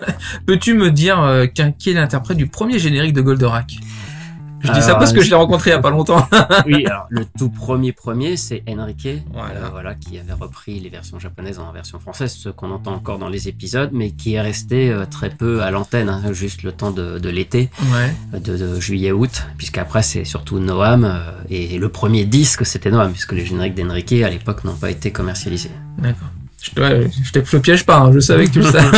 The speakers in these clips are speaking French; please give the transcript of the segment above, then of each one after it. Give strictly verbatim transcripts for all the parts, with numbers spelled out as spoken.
Peux-tu me dire euh, qui est l'interprète du premier générique de Goldorak? Je dis alors, ça parce que je l'ai rencontré il y a pas longtemps. Oui, alors le tout premier premier, c'est Enrique, Voilà. euh, voilà, qui avait repris les versions japonaises en version française, ce qu'on entend encore dans les épisodes, mais qui est resté euh, très peu à l'antenne, hein, juste le temps de, de l'été, Ouais. de, de juillet-août, puisqu'après c'est surtout Noam, euh, et le premier disque c'était Noam, puisque les génériques d'Enrique à l'époque n'ont pas été commercialisés. D'accord. Je te, ouais, je te je te piège pas, hein, je savais que tu le savais.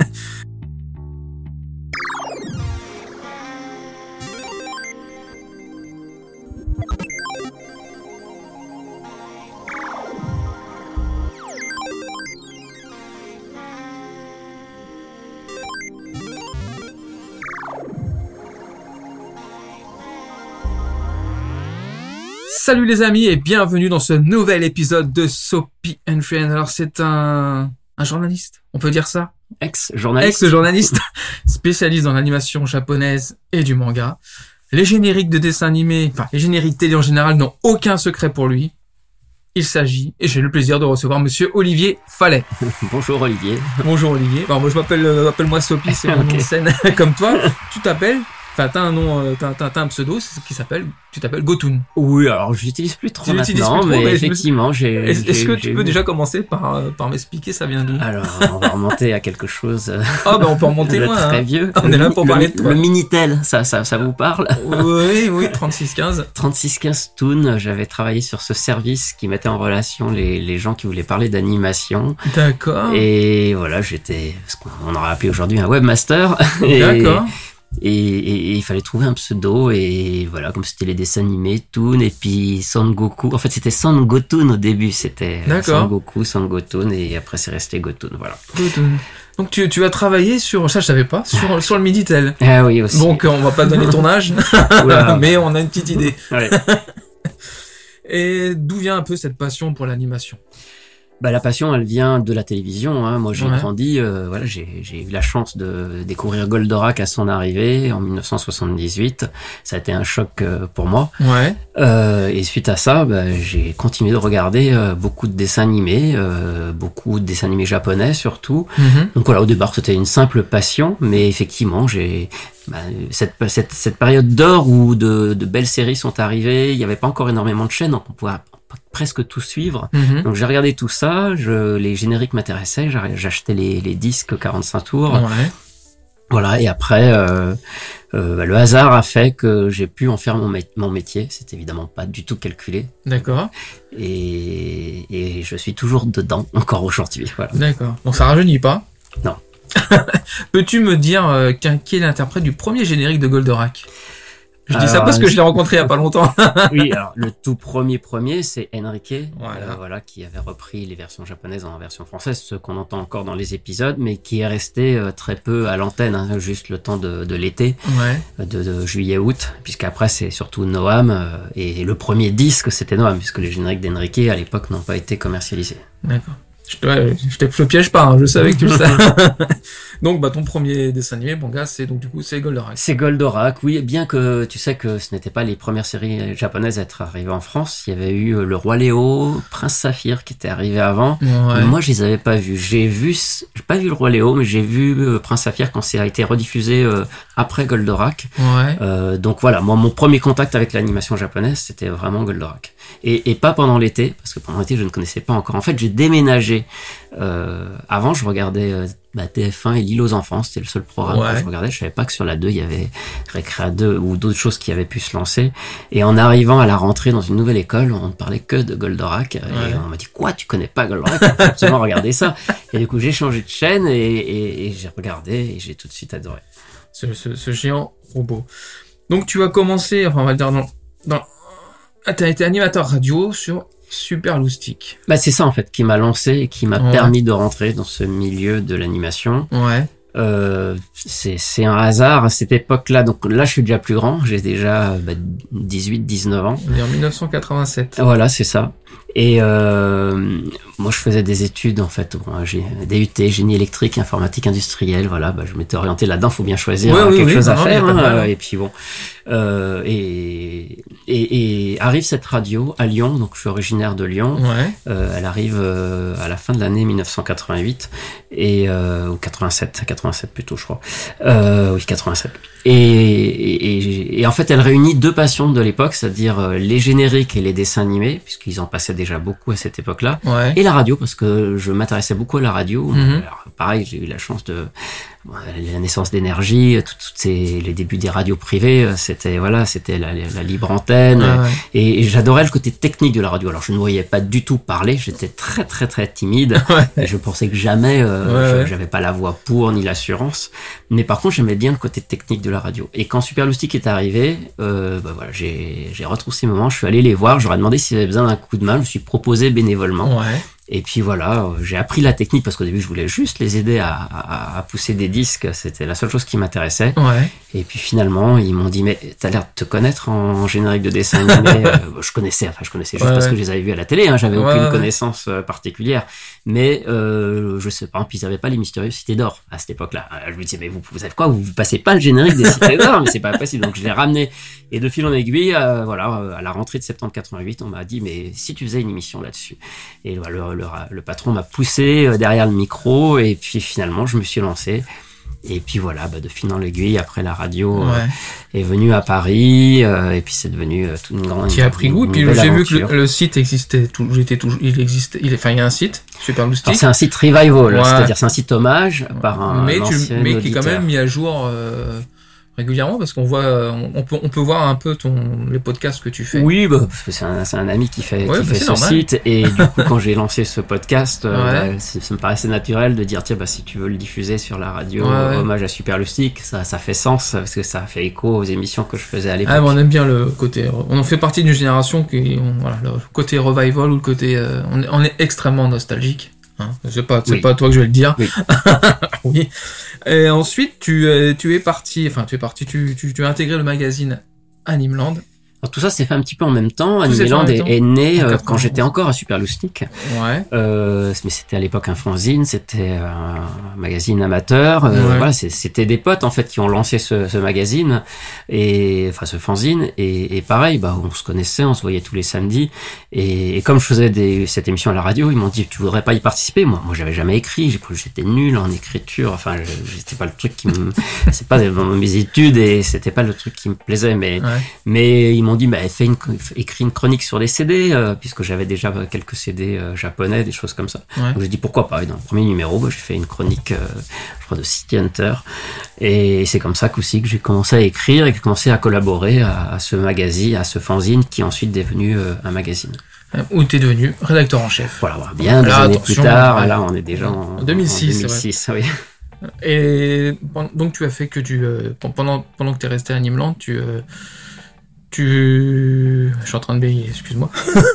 Salut les amis et bienvenue dans ce nouvel épisode de Soapy and Friends. Alors c'est un, un journaliste, on peut dire ça? Ex-journaliste. Ex-journaliste, spécialiste dans l'animation japonaise et du manga. Les génériques de dessins animés, enfin les génériques télé en général n'ont aucun secret pour lui. Il s'agit, et j'ai le plaisir de recevoir monsieur Olivier Fallet. Bonjour Olivier. Bonjour Olivier. Alors moi je m'appelle, euh, appelle-moi Soapy, c'est mon nom de scène comme toi. Tu t'appelles Enfin, t'as un nom, euh, t'as, t'as, t'as un pseudo, c'est ce qui s'appelle, tu t'appelles Gotun. Oui, alors je l'utilise plus trop Tu l'utilises maintenant, plus trop, mais, mais je me- effectivement, j'ai... Est-ce, est-ce j'ai- que j'ai tu peux eu- déjà commencer par, euh, par m'expliquer ça vient d'où? Alors, on va remonter à quelque chose... euh, Ah bah on peut remonter le loin. très Hein. vieux. On est là pour Le- parler de toi. Le Minitel, ça, ça, ça vous parle? Oui, oui, trente-six quinze. trente-six quinze Toon, j'avais travaillé sur ce service qui mettait en relation les, les gens qui voulaient parler d'animation. D'accord. Et voilà, j'étais ce qu'on aurait appelé aujourd'hui un webmaster. Et, D'accord. Et, et, et il fallait trouver un pseudo. Et voilà, comme c'était les dessins animés, Toon, et puis Son Goku. En fait, c'était Son Gotoon au début. C'était D'accord. Son Goku, Son Gotoon, et après c'est resté Gotoon. Voilà. Gotun. Donc tu, tu as travaillé sur, ça je savais pas, sur, sur le Minitel. Ah oui, aussi. Donc on va pas donner ton âge, Oula. mais on a une petite idée. Ouais. Et d'où vient un peu cette passion pour l'animation? Bah, la passion, elle vient de la télévision. Hein. Moi, j'ai Ouais. grandi, euh, voilà, j'ai, j'ai eu la chance de découvrir Goldorak à son arrivée en dix-neuf cent soixante-dix-huit. Ça a été un choc euh, pour moi. Ouais. Euh, et suite à ça, bah, j'ai continué de regarder euh, beaucoup de dessins animés, euh, beaucoup de dessins animés japonais surtout. Mhm. Donc voilà, au départ, c'était une simple passion, mais effectivement, j'ai bah, cette, cette, cette période d'or où de, de belles séries sont arrivées. Il n'y avait pas encore énormément de chaînes, donc on pouvait presque tout suivre. Mhm. Donc j'ai regardé tout ça, je, les génériques m'intéressaient, j'ai- j'achetais les, les disques quarante-cinq tours. Ouais. Voilà, et après, euh, euh, bah, le hasard a fait que j'ai pu en faire mon, mé- mon métier. C'est évidemment pas du tout calculé. D'accord. Et, et je suis toujours dedans, encore aujourd'hui. Voilà. D'accord. Donc ça rajeunit pas? Non. Peux-tu me dire euh, qui qui est l'interprète du premier générique de Goldorak? Je dis ça Alors, parce que je l'ai rencontré il y a pas longtemps. Oui, alors le tout premier premier, c'est Enrique, Voilà. euh, voilà, qui avait repris les versions japonaises en version française, ce qu'on entend encore dans les épisodes, mais qui est resté euh, très peu à l'antenne, hein, juste le temps de, de l'été, Ouais. de, de juillet-août, puisqu'après c'est surtout Noam, euh, et le premier disque c'était Noam, puisque les génériques d'Enrique à l'époque n'ont pas été commercialisés. je Je te, ouais, je te, je te piège pas, hein, je savais que tu le savais. Donc, bah, ton premier dessin animé, bon gars, c'est donc du coup, c'est Goldorak. C'est Goldorak, oui, bien que tu sais que ce n'était pas les premières séries japonaises à être arrivées en France. Il y avait eu euh, Le Roi Léo, Prince Saphir qui était arrivé avant. Ouais. Moi, je les avais pas vus. J'ai vu, j'ai pas vu Le Roi Léo, mais j'ai vu euh, Prince Saphir quand ça a été rediffusé euh, après Goldorak. Ouais. Euh, donc voilà, moi, mon premier contact avec l'animation japonaise, c'était vraiment Goldorak. Et, et pas pendant l'été, parce que pendant l'été, je ne connaissais pas encore. En fait, j'ai déménagé. Euh, avant, je regardais euh, bah, T F un et L'île aux enfants, c'était le seul programme Ouais. que je regardais. Je savais pas que sur la deux, il y avait Récréa deux ou d'autres choses qui avaient pu se lancer. Et en arrivant à la rentrée dans une nouvelle école, on ne parlait que de Goldorak. Ouais. Et on m'a dit, quoi, tu connais pas Goldorak? Il faut absolument regarder ça. Et du coup, j'ai changé de chaîne et, et, et j'ai regardé et j'ai tout de suite adoré. Ce, ce, ce géant robot. Donc, tu as commencé, enfin, on va dire dans, dans, ah, t'as été animateur radio sur Super Loustic. Bah, c'est ça, en fait, qui m'a lancé et qui m'a Ouais. permis de rentrer dans ce milieu de l'animation. Ouais. Euh, c'est, c'est un hasard à cette époque-là. Donc là, je suis déjà plus grand. J'ai déjà bah, dix-huit, dix-neuf ans. On est en mille neuf cent quatre-vingt-sept. Voilà, c'est ça. Et euh, moi, je faisais des études, en fait, bon, j'ai D U T, génie électrique, informatique industrielle, voilà, bah, je m'étais orienté là-dedans, faut bien choisir ouais, hein, oui, quelque oui, chose non, à non, faire, mais pas hein, mal. et puis bon, euh, et, et, et arrive cette radio à Lyon, donc je suis originaire de Lyon, Ouais. euh, elle arrive euh, à la fin de l'année mille neuf cent quatre-vingt-huit, et, euh, ou quatre-vingt-sept, quatre-vingt-sept plutôt, je crois, euh, oui, quatre-vingt-sept. Et, et, et en fait, elle réunit deux passions de l'époque, c'est-à-dire les génériques et les dessins animés, puisqu'ils en passaient déjà beaucoup à cette époque-là, Ouais. et la radio, parce que je m'intéressais beaucoup à la radio. Mhm. Alors, pareil, j'ai eu la chance de la naissance d'énergie, toutes tout ces les débuts des radios privées, c'était voilà, c'était la, la libre antenne, Ah ouais. et, et j'adorais le côté technique de la radio. Alors je ne voyais pas du tout parler, j'étais très très très timide, Ouais. et je pensais que jamais euh, Ouais, je- ouais. j'avais pas la voix pour ni l'assurance, mais par contre j'aimais bien le côté technique de la radio. Et quand Superloustic est arrivé, euh, bah voilà, j'ai j'ai retroussé mes moments, je suis allé les voir, j'aurais demandé s'ils avaient besoin d'un coup de main, je me suis proposé bénévolement. Ouais. Et puis voilà, euh, j'ai appris la technique parce qu'au début je voulais juste les aider à, à, à pousser des disques, c'était la seule chose qui m'intéressait. Ouais. Et puis finalement ils m'ont dit mais t'as l'air de te connaître en générique de dessin animé. euh, je connaissais, enfin je connaissais juste Ouais, parce ouais. que je les avais vus à la télé, hein, j'avais Ouais, aucune ouais. connaissance euh, particulière. Mais euh, je sais pas, puis ils avaient pas les mystérieuses cités d'or à cette époque-là. Euh, Je me disais mais vous, vous savez quoi, vous, vous passez pas le générique des cités d'or, mais c'est pas possible. Donc je l'ai ramené et de fil en aiguille, euh, voilà, euh, à la rentrée de septembre quatre-vingt-huit, on m'a dit mais si tu faisais une émission là-dessus. Et le, le, le, le patron m'a poussé euh, derrière le micro et puis finalement je me suis lancé. Et puis voilà, bah, de fil en aiguille, après la radio euh, Ouais. est venue à Paris euh, et puis c'est devenu euh, toute une grande. Qui a pris une- goût. une Puis belle j'ai vu que aventure. le, le site existait. Tout, j'étais toujours. Il existait. Il, enfin, il y a un site. Superloustic. Alors c'est un site revival, Ouais. c'est-à-dire c'est un site hommage par un mais tu, ancien mais qui est quand auditeur. même mis à jour euh, régulièrement parce qu'on voit, on, on peut, on peut voir un peu ton les podcasts que tu fais. Oui, bah, parce que c'est un, c'est un ami qui fait, Ouais, qui bah, fait c'est ce normal. site. Et du coup, quand j'ai lancé ce podcast, euh, Ouais. bah, c'est- ça me paraissait naturel de dire, tiens, bah, si tu veux le diffuser sur la radio, Ouais, ouais. hommage à Superloustic, ça, ça fait sens, parce que ça fait écho aux émissions que je faisais à l'époque. Ah, mais on aime bien le côté. On en fait partie d'une génération qui, on, voilà, le côté revival ou le côté. Euh, on, est, on est extrêmement nostalgique. Hein. C'est pas, c'est Oui. pas à toi que je vais le dire. Oui. Oui. Et ensuite, tu, euh, tu es parti. Enfin, tu es parti. Tu, tu, tu as intégré le magazine Animeland. Alors, tout ça s'est fait un petit peu en même temps. Tout s'est fait en Animeland même est, temps. est né En euh, quand quatre-vingt-onze. j'étais encore à Superloustic. Ouais. Euh, mais c'était à l'époque un fanzine, c'était un magazine amateur. Euh, Ouais. Voilà, c'est- c'était des potes en fait qui ont lancé ce, ce magazine et enfin ce fanzine et, et pareil, bah on se connaissait, on se voyait tous les samedis et, et comme je faisais des, cette émission à la radio, ils m'ont dit tu voudrais pas y participer. Moi, moi j'avais jamais écrit, j'ai- j'étais nul en écriture. Enfin, je- j'étais pas le truc qui me, c'est pas dans mes études et c'était pas le truc qui me plaisait. Mais Ouais. mais ils m'ont dit, bah, fais une, écris une chronique sur des C D, euh, puisque j'avais déjà quelques C D euh, japonais, des choses comme ça. Ouais. Donc j'ai dit, pourquoi pas. Et dans le premier numéro, bah, j'ai fait une chronique, euh, je crois, de City Hunter. Et c'est comme ça qu'aussi que j'ai commencé à écrire et que j'ai commencé à collaborer à, à ce magazine, à ce fanzine, qui est ensuite devenu euh, un magazine. Où t'es devenu rédacteur en chef. Voilà, voilà, bien des Là, années attention, plus tard. ouais. Là, on est déjà en, En deux mille six, en deux mille six, oui. Et pen- donc tu as fait que du euh, pen- pendant pendant que t'es resté à Animeland, tu euh, tu je suis en train de bégayer, excuse-moi.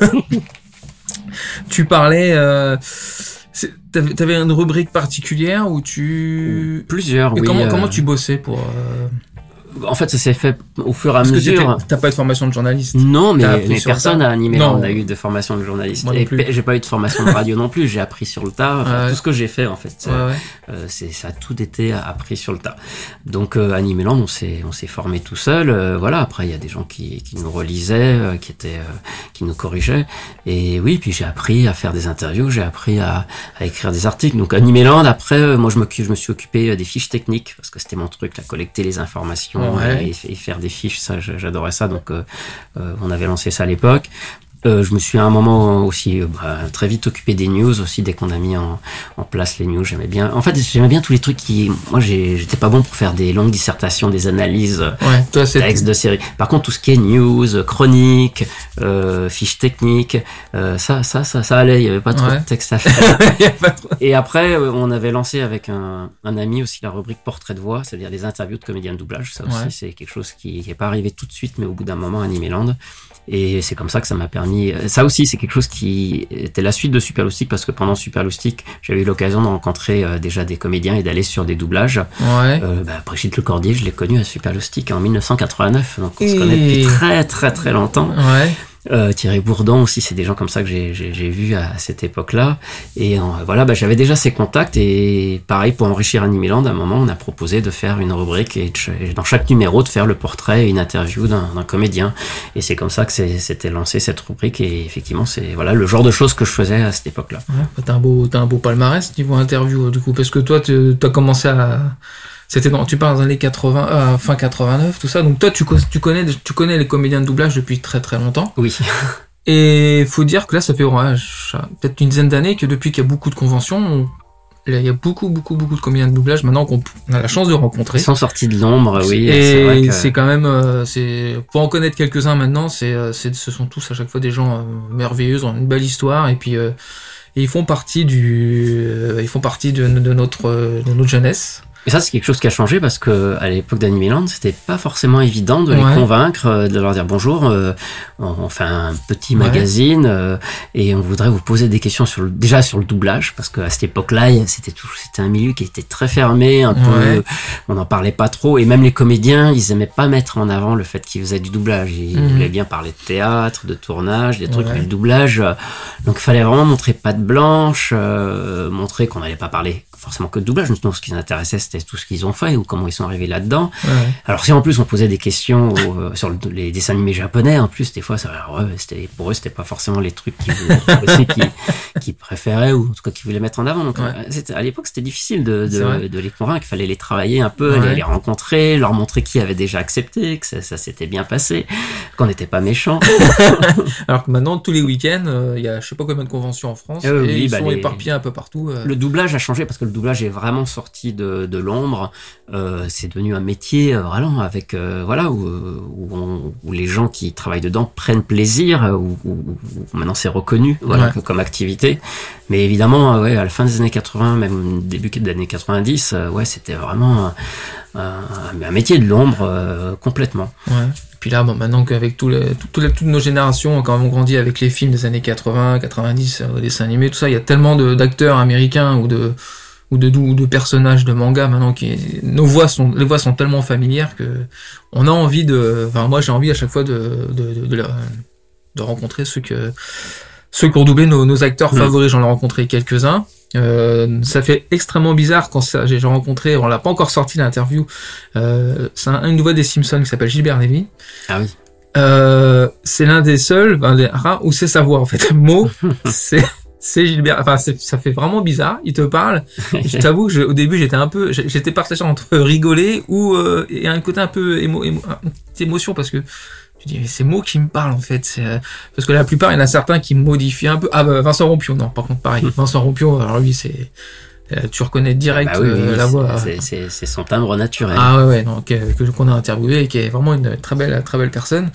Tu parlais euh, c'est- t'avais t'avais une rubrique particulière où tu Plusieurs, Et oui. comment euh, comment tu bossais pour euh, En fait, ça s'est fait au fur et à parce que t'étais- mesure. t'as pas de formation de journaliste. Non, mais, T'as appris mais sur le personne tas. n'a animé. Non. On a eu de formation de journaliste. Moi non Et plus. pe- j'ai pas eu de formation de radio non plus. J'ai appris sur le tas. Enfin, Ouais. Tout ce que j'ai fait, en fait, Ouais, ouais. euh, c'est ça a tout été appris sur le tas. Donc, euh, à Animeland, on s'est on s'est formé tout seul. Euh, voilà. Après, il y a des gens qui qui nous relisaient, euh, qui étaient euh, qui nous corrigeaient. Et oui, puis j'ai appris à faire des interviews. J'ai appris à, à écrire des articles. Donc, Animeland. Après, euh, moi, je me je me suis occupé euh, des fiches techniques parce que c'était mon truc, là, collecter les informations Ouais. et, et faire des fiches. Ça, j'adorais ça. Donc, euh, euh, on avait lancé ça à l'époque. Euh, je me suis à un moment aussi euh, bah, très vite occupé des news aussi dès qu'on a mis en, en place les news. J'aimais bien. En fait, j'aimais bien tous les trucs qui. Moi, j'ai, j'étais pas bon pour faire des longues dissertations, des analyses, Ouais, toi c'est textes de série. Par contre, tout ce qui est news, chronique, euh, fiches techniques, euh, ça, ça, ça, ça allait. Il y avait pas trop Ouais. de texte à faire. Y a pas trop- Et après, euh, on avait lancé avec un, un ami aussi la rubrique portrait de voix, c'est-à-dire les interviews de comédiens de doublage. Ça aussi, Ouais. c'est quelque chose qui n'est pas arrivé tout de suite, mais au bout d'un moment, à Animeland. Et c'est comme ça que ça m'a permis. Ça aussi, c'est quelque chose qui était la suite de Superloustic, parce que pendant Superloustic, j'avais eu l'occasion de rencontrer euh, déjà des comédiens et d'aller sur des doublages. Ouais. Euh, bah, Brigitte Lecordier, je l'ai connue à Superloustic en mille neuf cent quatre-vingt-neuf, donc on se Et- connaît depuis très très très longtemps. Ouais. Euh, Thierry Bourdon aussi, c'est des gens comme ça que j'ai, j'ai, j'ai vu à, à cette époque-là. Et euh, voilà, bah, j'avais déjà ces contacts. Et pareil, pour enrichir Animeland, à un moment, on a proposé de faire une rubrique et de, dans chaque numéro, de faire le portrait et une interview d'un, d'un comédien. Et c'est comme ça que c'est, c'était lancé cette rubrique. Et effectivement, c'est voilà le genre de choses que je faisais à cette époque-là. Ouais, bah, t'as un beau, t'as un beau palmarès niveau interview, du coup, parce que toi, tu as commencé à, c'était dans, tu parles dans les années quatre-vingts, euh, fin quatre-vingt-neuf, tout ça. Donc toi, tu, tu connais, tu connais les comédiens de doublage depuis très très longtemps. Oui. Et faut dire que là, ça fait ouais, peut-être une dizaine d'années que depuis qu'il y a beaucoup de conventions, on, il y a beaucoup, beaucoup, beaucoup de comédiens de doublage maintenant qu'on a la chance de rencontrer. Ils sont sortis de l'ombre, oui. Et c'est, vrai que... c'est quand même, euh, c'est, pour en connaître quelques-uns maintenant, c'est, c'est, ce sont tous à chaque fois des gens euh, merveilleux, ils ont une belle histoire, et puis, euh, et ils font partie du, euh, ils font partie de, de notre, de notre jeunesse. Et ça, c'est quelque chose qui a changé parce que à l'époque d'Animeland, c'était pas forcément évident de les ouais. convaincre, de leur dire bonjour, euh, on, on fait un petit ouais. magazine euh, et on voudrait vous poser des questions sur le, déjà sur le doublage parce qu'à cette époque-là, c'était tout, c'était un milieu qui était très fermé, un peu, ouais. on n'en parlait pas trop et même les comédiens, ils aimaient pas mettre en avant le fait qu'ils faisaient du doublage. Ils mmh. voulaient bien parler de théâtre, de tournage, des trucs, ouais. mais le doublage, euh, donc il fallait vraiment montrer patte blanche, euh, montrer qu'on n'allait pas parler forcément que de doublage, nous, ce qui nous intéressait, c'était tout ce qu'ils ont fait ou comment ils sont arrivés là-dedans. Ouais. Alors si en plus on posait des questions euh, sur le, les dessins animés japonais, en plus des fois, ça, alors, ouais, c'était, pour eux, c'était pas forcément les trucs qu'ils, aussi, qu'ils, qu'ils préféraient ou en tout cas qu'ils voulaient mettre en avant. Donc, ouais. c'était, à l'époque, c'était difficile de, de, de les convaincre. Il fallait les travailler un peu, ouais. les, les rencontrer, leur montrer qui avait déjà accepté, que ça, ça s'était bien passé, qu'on n'était pas méchants. Alors que maintenant, tous les week-ends, il euh, y a je sais pas combien de conventions en France euh, et oui, ils bah, sont les... éparpillés un peu partout. Euh... Le doublage a changé parce que le doublage est vraiment sorti de, de l'ombre. Euh, c'est devenu un métier, euh, vraiment, avec euh, voilà où, où, on, où les gens qui travaillent dedans prennent plaisir, où, où, où maintenant c'est reconnu, voilà, ouais. comme activité. Mais évidemment, ouais, à la fin des années quatre-vingts, même début des années quatre-vingt-dix, euh, ouais, c'était vraiment un, un, un métier de l'ombre euh, complètement. Ouais. Puis là, bon, maintenant qu'avec tout les, tout, tout les, toutes nos générations, quand on grandit avec les films des années quatre-vingts, quatre-vingt-dix, euh, dessins animés, tout ça, il y a tellement de, d'acteurs américains ou de ou de, ou de personnages de manga maintenant qui nos voix sont les voix sont tellement familières que on a envie de enfin moi j'ai envie à chaque fois de de de, de, de rencontrer ceux que ceux qui ont doublé nos, nos acteurs mmh. favoris. J'en ai rencontré quelques-uns. Euh, ça fait extrêmement bizarre quand ça, j'ai rencontré, on l'a pas encore sorti l'interview, euh, c'est un, une voix des Simpsons qui s'appelle Gilbert Lévy. Ah oui. Euh, c'est l'un des seuls, ben, des rares où c'est sa voix en fait. Mo, c'est c'est Gilbert, enfin c'est, ça fait vraiment bizarre. Il te parle. Je t'avoue, je, au début j'étais un peu, j'étais partagé entre rigoler ou euh, et un côté un peu émo, émo, une petite émotion parce que je dis mais c'est Mo qui me parle en fait. C'est, euh, parce que la plupart il y en a certains qui modifient un peu. Ah bah Vincent Rompion, non par contre pareil. Vincent Rompion, alors lui c'est euh, tu reconnais direct bah oui, oui, euh, la voix. C'est, c'est, c'est son timbre naturel. Ah ouais ouais non que, que qu'on a interviewé et qui est vraiment une très belle très belle personne.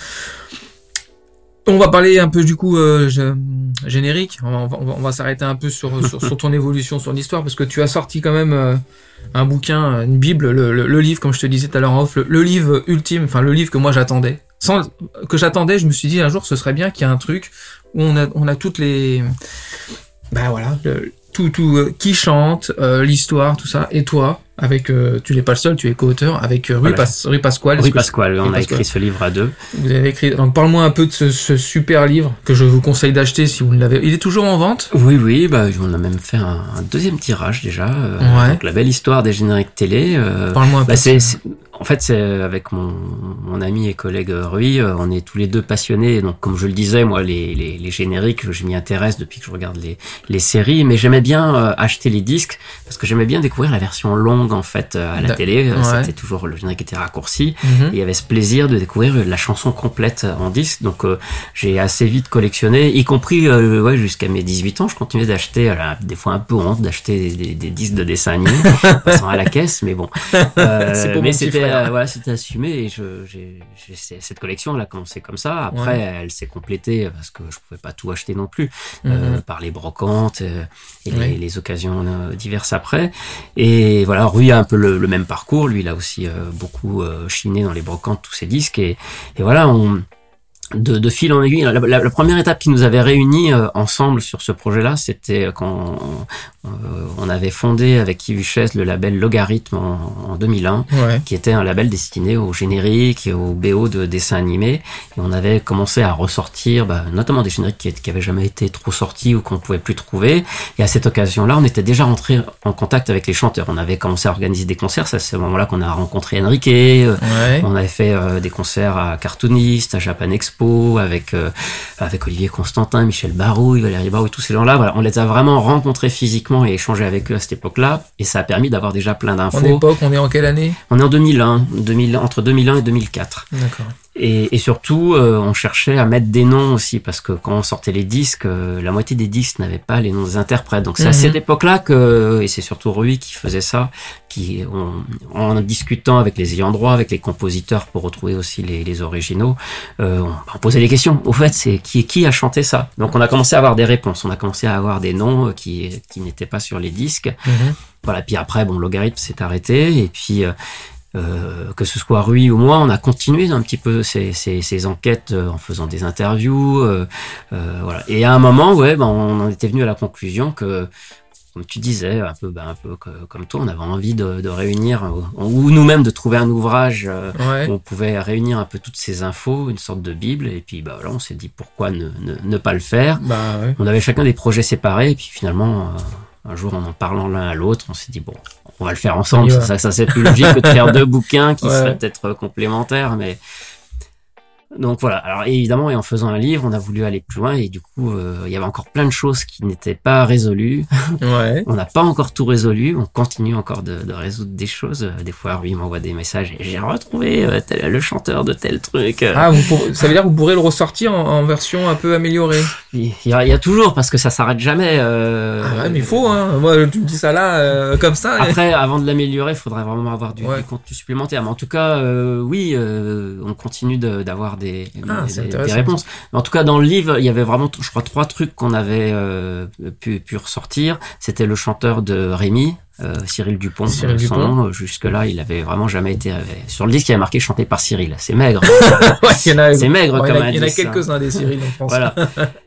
On va parler un peu du coup euh, je, générique. On va, on va, on va s'arrêter un peu sur, sur, sur ton évolution, sur l'histoire, parce que tu as sorti quand même euh, un bouquin, une bible, le, le, le livre, comme je te disais tout à l'heure en off, le, le livre ultime, enfin le livre que moi j'attendais. Sans que j'attendais, je me suis dit un jour ce serait bien qu'il y ait un truc où on a, on a toutes les, bah voilà, le, tout, tout, euh, qui chante, euh, l'histoire, tout ça, et toi. Avec, euh, tu n'es pas le seul, tu es co-auteur avec euh, Rui, voilà. Pas, Rui Pasquale. Rui Pasquale, on Rui a Pasquale. écrit ce livre à deux. Vous avez écrit. Donc parle-moi un peu de ce, ce super livre que je vous conseille d'acheter si vous ne l'avez. Il est toujours en vente. Oui, oui, bah on a même fait un, un deuxième tirage déjà. Euh, ouais. Donc la belle histoire des génériques télé. Euh, parle-moi un bah, peu. C'est, c'est, en fait, c'est avec mon, mon ami et collègue Rui, euh, on est tous les deux passionnés. Donc comme je le disais, moi les, les, les génériques, je m'y intéresse depuis que je regarde les, les séries, mais j'aimais bien euh, acheter les disques parce que j'aimais bien découvrir la version longue en fait euh, à la télé, ouais. C'était toujours le générique était raccourci. Mm-hmm. Et il y avait ce plaisir de découvrir la chanson complète en disque. Donc euh, j'ai assez vite collectionné, y compris euh, ouais, jusqu'à mes dix-huit ans, je continuais d'acheter, alors, des fois un peu honte d'acheter des, des, des disques de dessins animés, passant à la caisse, mais bon. Euh, c'est pour mais mon c'était petit frère. Euh, voilà, c'était assumé et je, j'ai, j'ai, cette collection elle a commencé comme ça. Après, ouais. Elle s'est complétée parce que je pouvais pas tout acheter non plus, mm-hmm. euh, par les brocantes euh, et oui. les, les occasions euh, diverses après. Et voilà, Rui a un peu le, le même parcours. Lui, il a aussi euh, beaucoup euh, chiné dans les brocantes tous ses disques et, et voilà, on de, de fil en aiguille. La, la, la première étape qui nous avait réunis euh, ensemble sur ce projet-là, c'était quand on, euh, on avait fondé avec Yves Huchesse le label Logarithme en, en deux mille un, ouais. qui était un label destiné au générique et au B O de dessins animés. Et on avait commencé à ressortir, bah, notamment des génériques qui, qui avaient jamais été trop sortis ou qu'on pouvait plus trouver. Et à cette occasion-là, on était déjà rentré en contact avec les chanteurs. On avait commencé à organiser des concerts. C'est à ce moment-là qu'on a rencontré Enrique. Euh, ouais. On avait fait euh, des concerts à Cartoonist, à Japan Expo, avec euh, avec Olivier Constantin, Michel Barouille, Valérie Barouille, tous ces gens-là. Voilà, on les a vraiment rencontrés physiquement et échangé avec eux à cette époque-là. Et ça a permis d'avoir déjà plein d'infos. En époque, on est en quelle année? On est en deux mille un, deux mille, entre deux mille un et deux mille quatre. D'accord. Et, et surtout, euh, on cherchait à mettre des noms aussi, parce que quand on sortait les disques, euh, la moitié des disques n'avaient pas les noms des interprètes. Donc c'est mm-hmm. à cette époque-là que, et c'est surtout Rui qui faisait ça, qui, on, en discutant avec les ayants droit, avec les compositeurs pour retrouver aussi les, les originaux, euh, on, on posait des questions. Au fait, c'est qui, qui a chanté ça? Donc on a commencé à avoir des réponses, on a commencé à avoir des noms qui, qui n'étaient pas sur les disques. Mm-hmm. Voilà. Puis après, bon, Logarithme s'est arrêté, et puis... Euh, Euh, que ce soit Rui ou moi, on a continué un petit peu ces, ces, ces enquêtes euh, en faisant des interviews, euh, euh, voilà. Et à un moment, ouais, ben, on en était venu à la conclusion que, comme tu disais, un peu, ben, un peu que, comme toi, on avait envie de, de réunir, ou, ou nous-mêmes de trouver un ouvrage euh, ouais. où on pouvait réunir un peu toutes ces infos, une sorte de bible. Et puis, bah, là, on s'est dit pourquoi ne, ne, ne pas le faire. Bah, ouais. On avait chacun des projets séparés, et puis finalement. Euh, Un jour, en en parlant l'un à l'autre, on s'est dit, bon, on va le faire ensemble. Ça, ça, ça c'est plus logique que de faire deux bouquins qui ouais. seraient peut-être complémentaires, mais... Donc voilà. Alors évidemment, et en faisant un livre, on a voulu aller plus loin, et du coup, euh, il y avait encore plein de choses qui n'étaient pas résolues. Ouais. On n'a pas encore tout résolu. On continue encore de, de résoudre des choses. Des fois, lui, il m'envoie des messages et j'ai retrouvé euh, tel, le chanteur de tel truc. Ah, vous pour... ça veut dire que vous pourrez le ressortir en, en version un peu améliorée. Il y a, il y a toujours, parce que ça s'arrête jamais. Euh... Ah ouais, mais il faut, hein. Moi, tu me dis ça là, euh, comme ça. Après, avant de l'améliorer, il faudrait vraiment avoir du, ouais. du contenu supplémentaire. Mais en tout cas, euh, oui, euh, on continue de, d'avoir des, ah, des, des réponses. Mais en tout cas, dans le livre, il y avait vraiment, je crois, trois trucs qu'on avait euh, pu, pu ressortir. C'était le chanteur de Rémi, euh, Cyril Dupont. Cyril son Dupont. nom. Jusque-là, il avait vraiment jamais été... Euh, sur le disque, il y avait marqué chanté par Cyril. C'est maigre. ouais, il y en a, c'est maigre ouais, comme il y en a, indice, il y en a quelques-uns hein. Des Cyril en France. Voilà.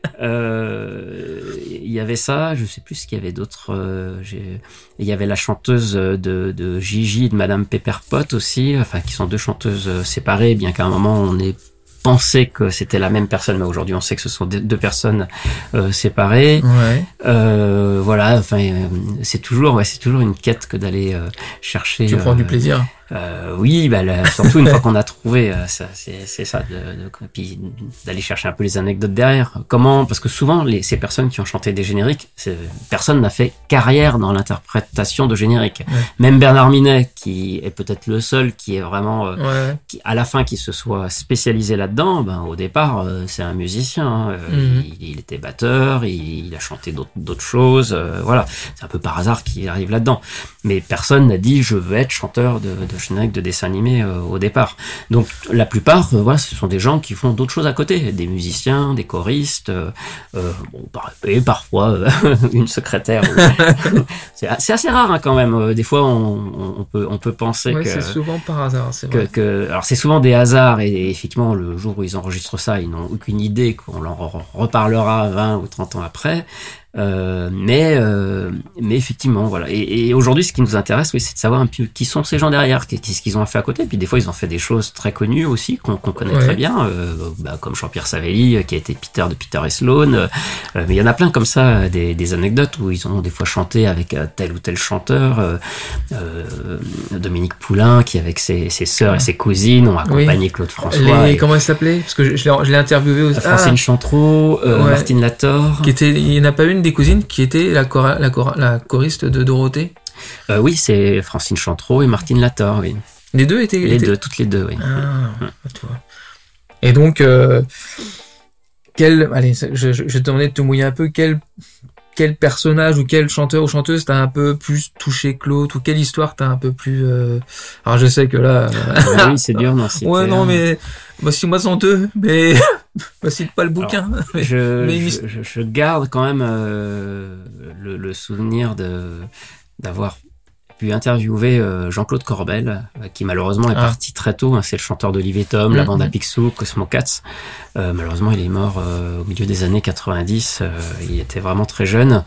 euh, il y avait ça. Je sais plus ce qu'il y avait d'autres. Euh, j'ai... Il y avait la chanteuse de, de Gigi et de Madame Pepperpot aussi, enfin qui sont deux chanteuses séparées, bien qu'à un moment on ait pensé que c'était la même personne, mais aujourd'hui on sait que ce sont deux personnes euh, séparées. Ouais. Euh, voilà, enfin euh, c'est toujours, ouais, c'est toujours une quête que d'aller euh, chercher. Tu euh, prends du plaisir. Euh, oui, bah, là, surtout une fois qu'on a trouvé, euh, ça, c'est, c'est ça, de, de, puis d'aller chercher un peu les anecdotes derrière. Comment, parce que souvent, les, ces personnes qui ont chanté des génériques, personne n'a fait carrière dans l'interprétation de génériques. Ouais. Même Bernard Minet, qui est peut-être le seul qui est vraiment, euh, ouais. qui, à la fin, qui se soit spécialisé là-dedans, ben, au départ, euh, c'est un musicien. Hein, euh, mm-hmm. il, il était batteur, il, il a chanté d'autres, d'autres choses. Euh, voilà, c'est un peu par hasard qu'il arrive là-dedans. Mais personne n'a dit je veux être chanteur de, de générique de dessin animé euh, au départ. Donc la plupart, euh, voilà, ce sont des gens qui font d'autres choses à côté, des musiciens, des choristes, euh, euh, bon, et parfois euh, une secrétaire. c'est, c'est assez rare hein, quand même. Des fois, on, on peut on peut penser ouais, que c'est souvent par hasard. C'est que, vrai. que alors c'est souvent des hasards et, et effectivement le jour où ils enregistrent ça, ils n'ont aucune idée qu'on leur reparlera vingt ou trente ans après. Euh, mais euh, mais effectivement voilà et, et aujourd'hui ce qui nous intéresse oui c'est de savoir un peu qui sont ces gens derrière qu'est-ce qu'ils ont fait à côté puis des fois ils ont fait des choses très connues aussi qu'on, qu'on connaît ouais. très bien euh, bah, comme Jean-Pierre Savelli qui a été Peter de Peter et Sloan euh, mais il y en a plein comme ça des, des anecdotes où ils ont des fois chanté avec tel ou tel chanteur euh, euh, Dominique Poulain qui avec ses, ses sœurs ouais. et ses cousines ont accompagné oui. Claude François les, et, comment il s'appelait parce que je, je, l'ai, je l'ai interviewé aussi Francine ah. Chantreau euh, ouais. Martine Lator qui était il n'y en a pas une des cousines qui était la, cora, la, cora, la choriste de Dorothée euh, oui, c'est Francine Chantreau et Martine Lator, oui. Les deux étaient... Les étaient... deux, toutes les deux, oui. Ah, hum. tu vois. Et donc, euh, quel... Allez, je, je, je vais te demander de te mouiller un peu. Quel, quel personnage ou quel chanteur ou chanteuse t'a un peu plus touché que l'autre ou quelle histoire t'a un peu plus... Euh... Alors, je sais que là... Euh... oui, c'est dur, non, c'était... Ouais, non, mais... Moi, si moi, sans deux, mais... Bah, cite pas le bouquin. Alors, mais, je, mais je, je, je garde quand même euh, le, le souvenir de d'avoir pu interviewer euh, Jean-Claude Corbel, euh, qui malheureusement est ah. parti très tôt. Hein, c'est le chanteur d'Olive et Tom, mmh. la bande à Picsou, Cosmo Cats. Euh, malheureusement, il est mort euh, au milieu des années quatre-vingt-dix. Euh, il était vraiment très jeune.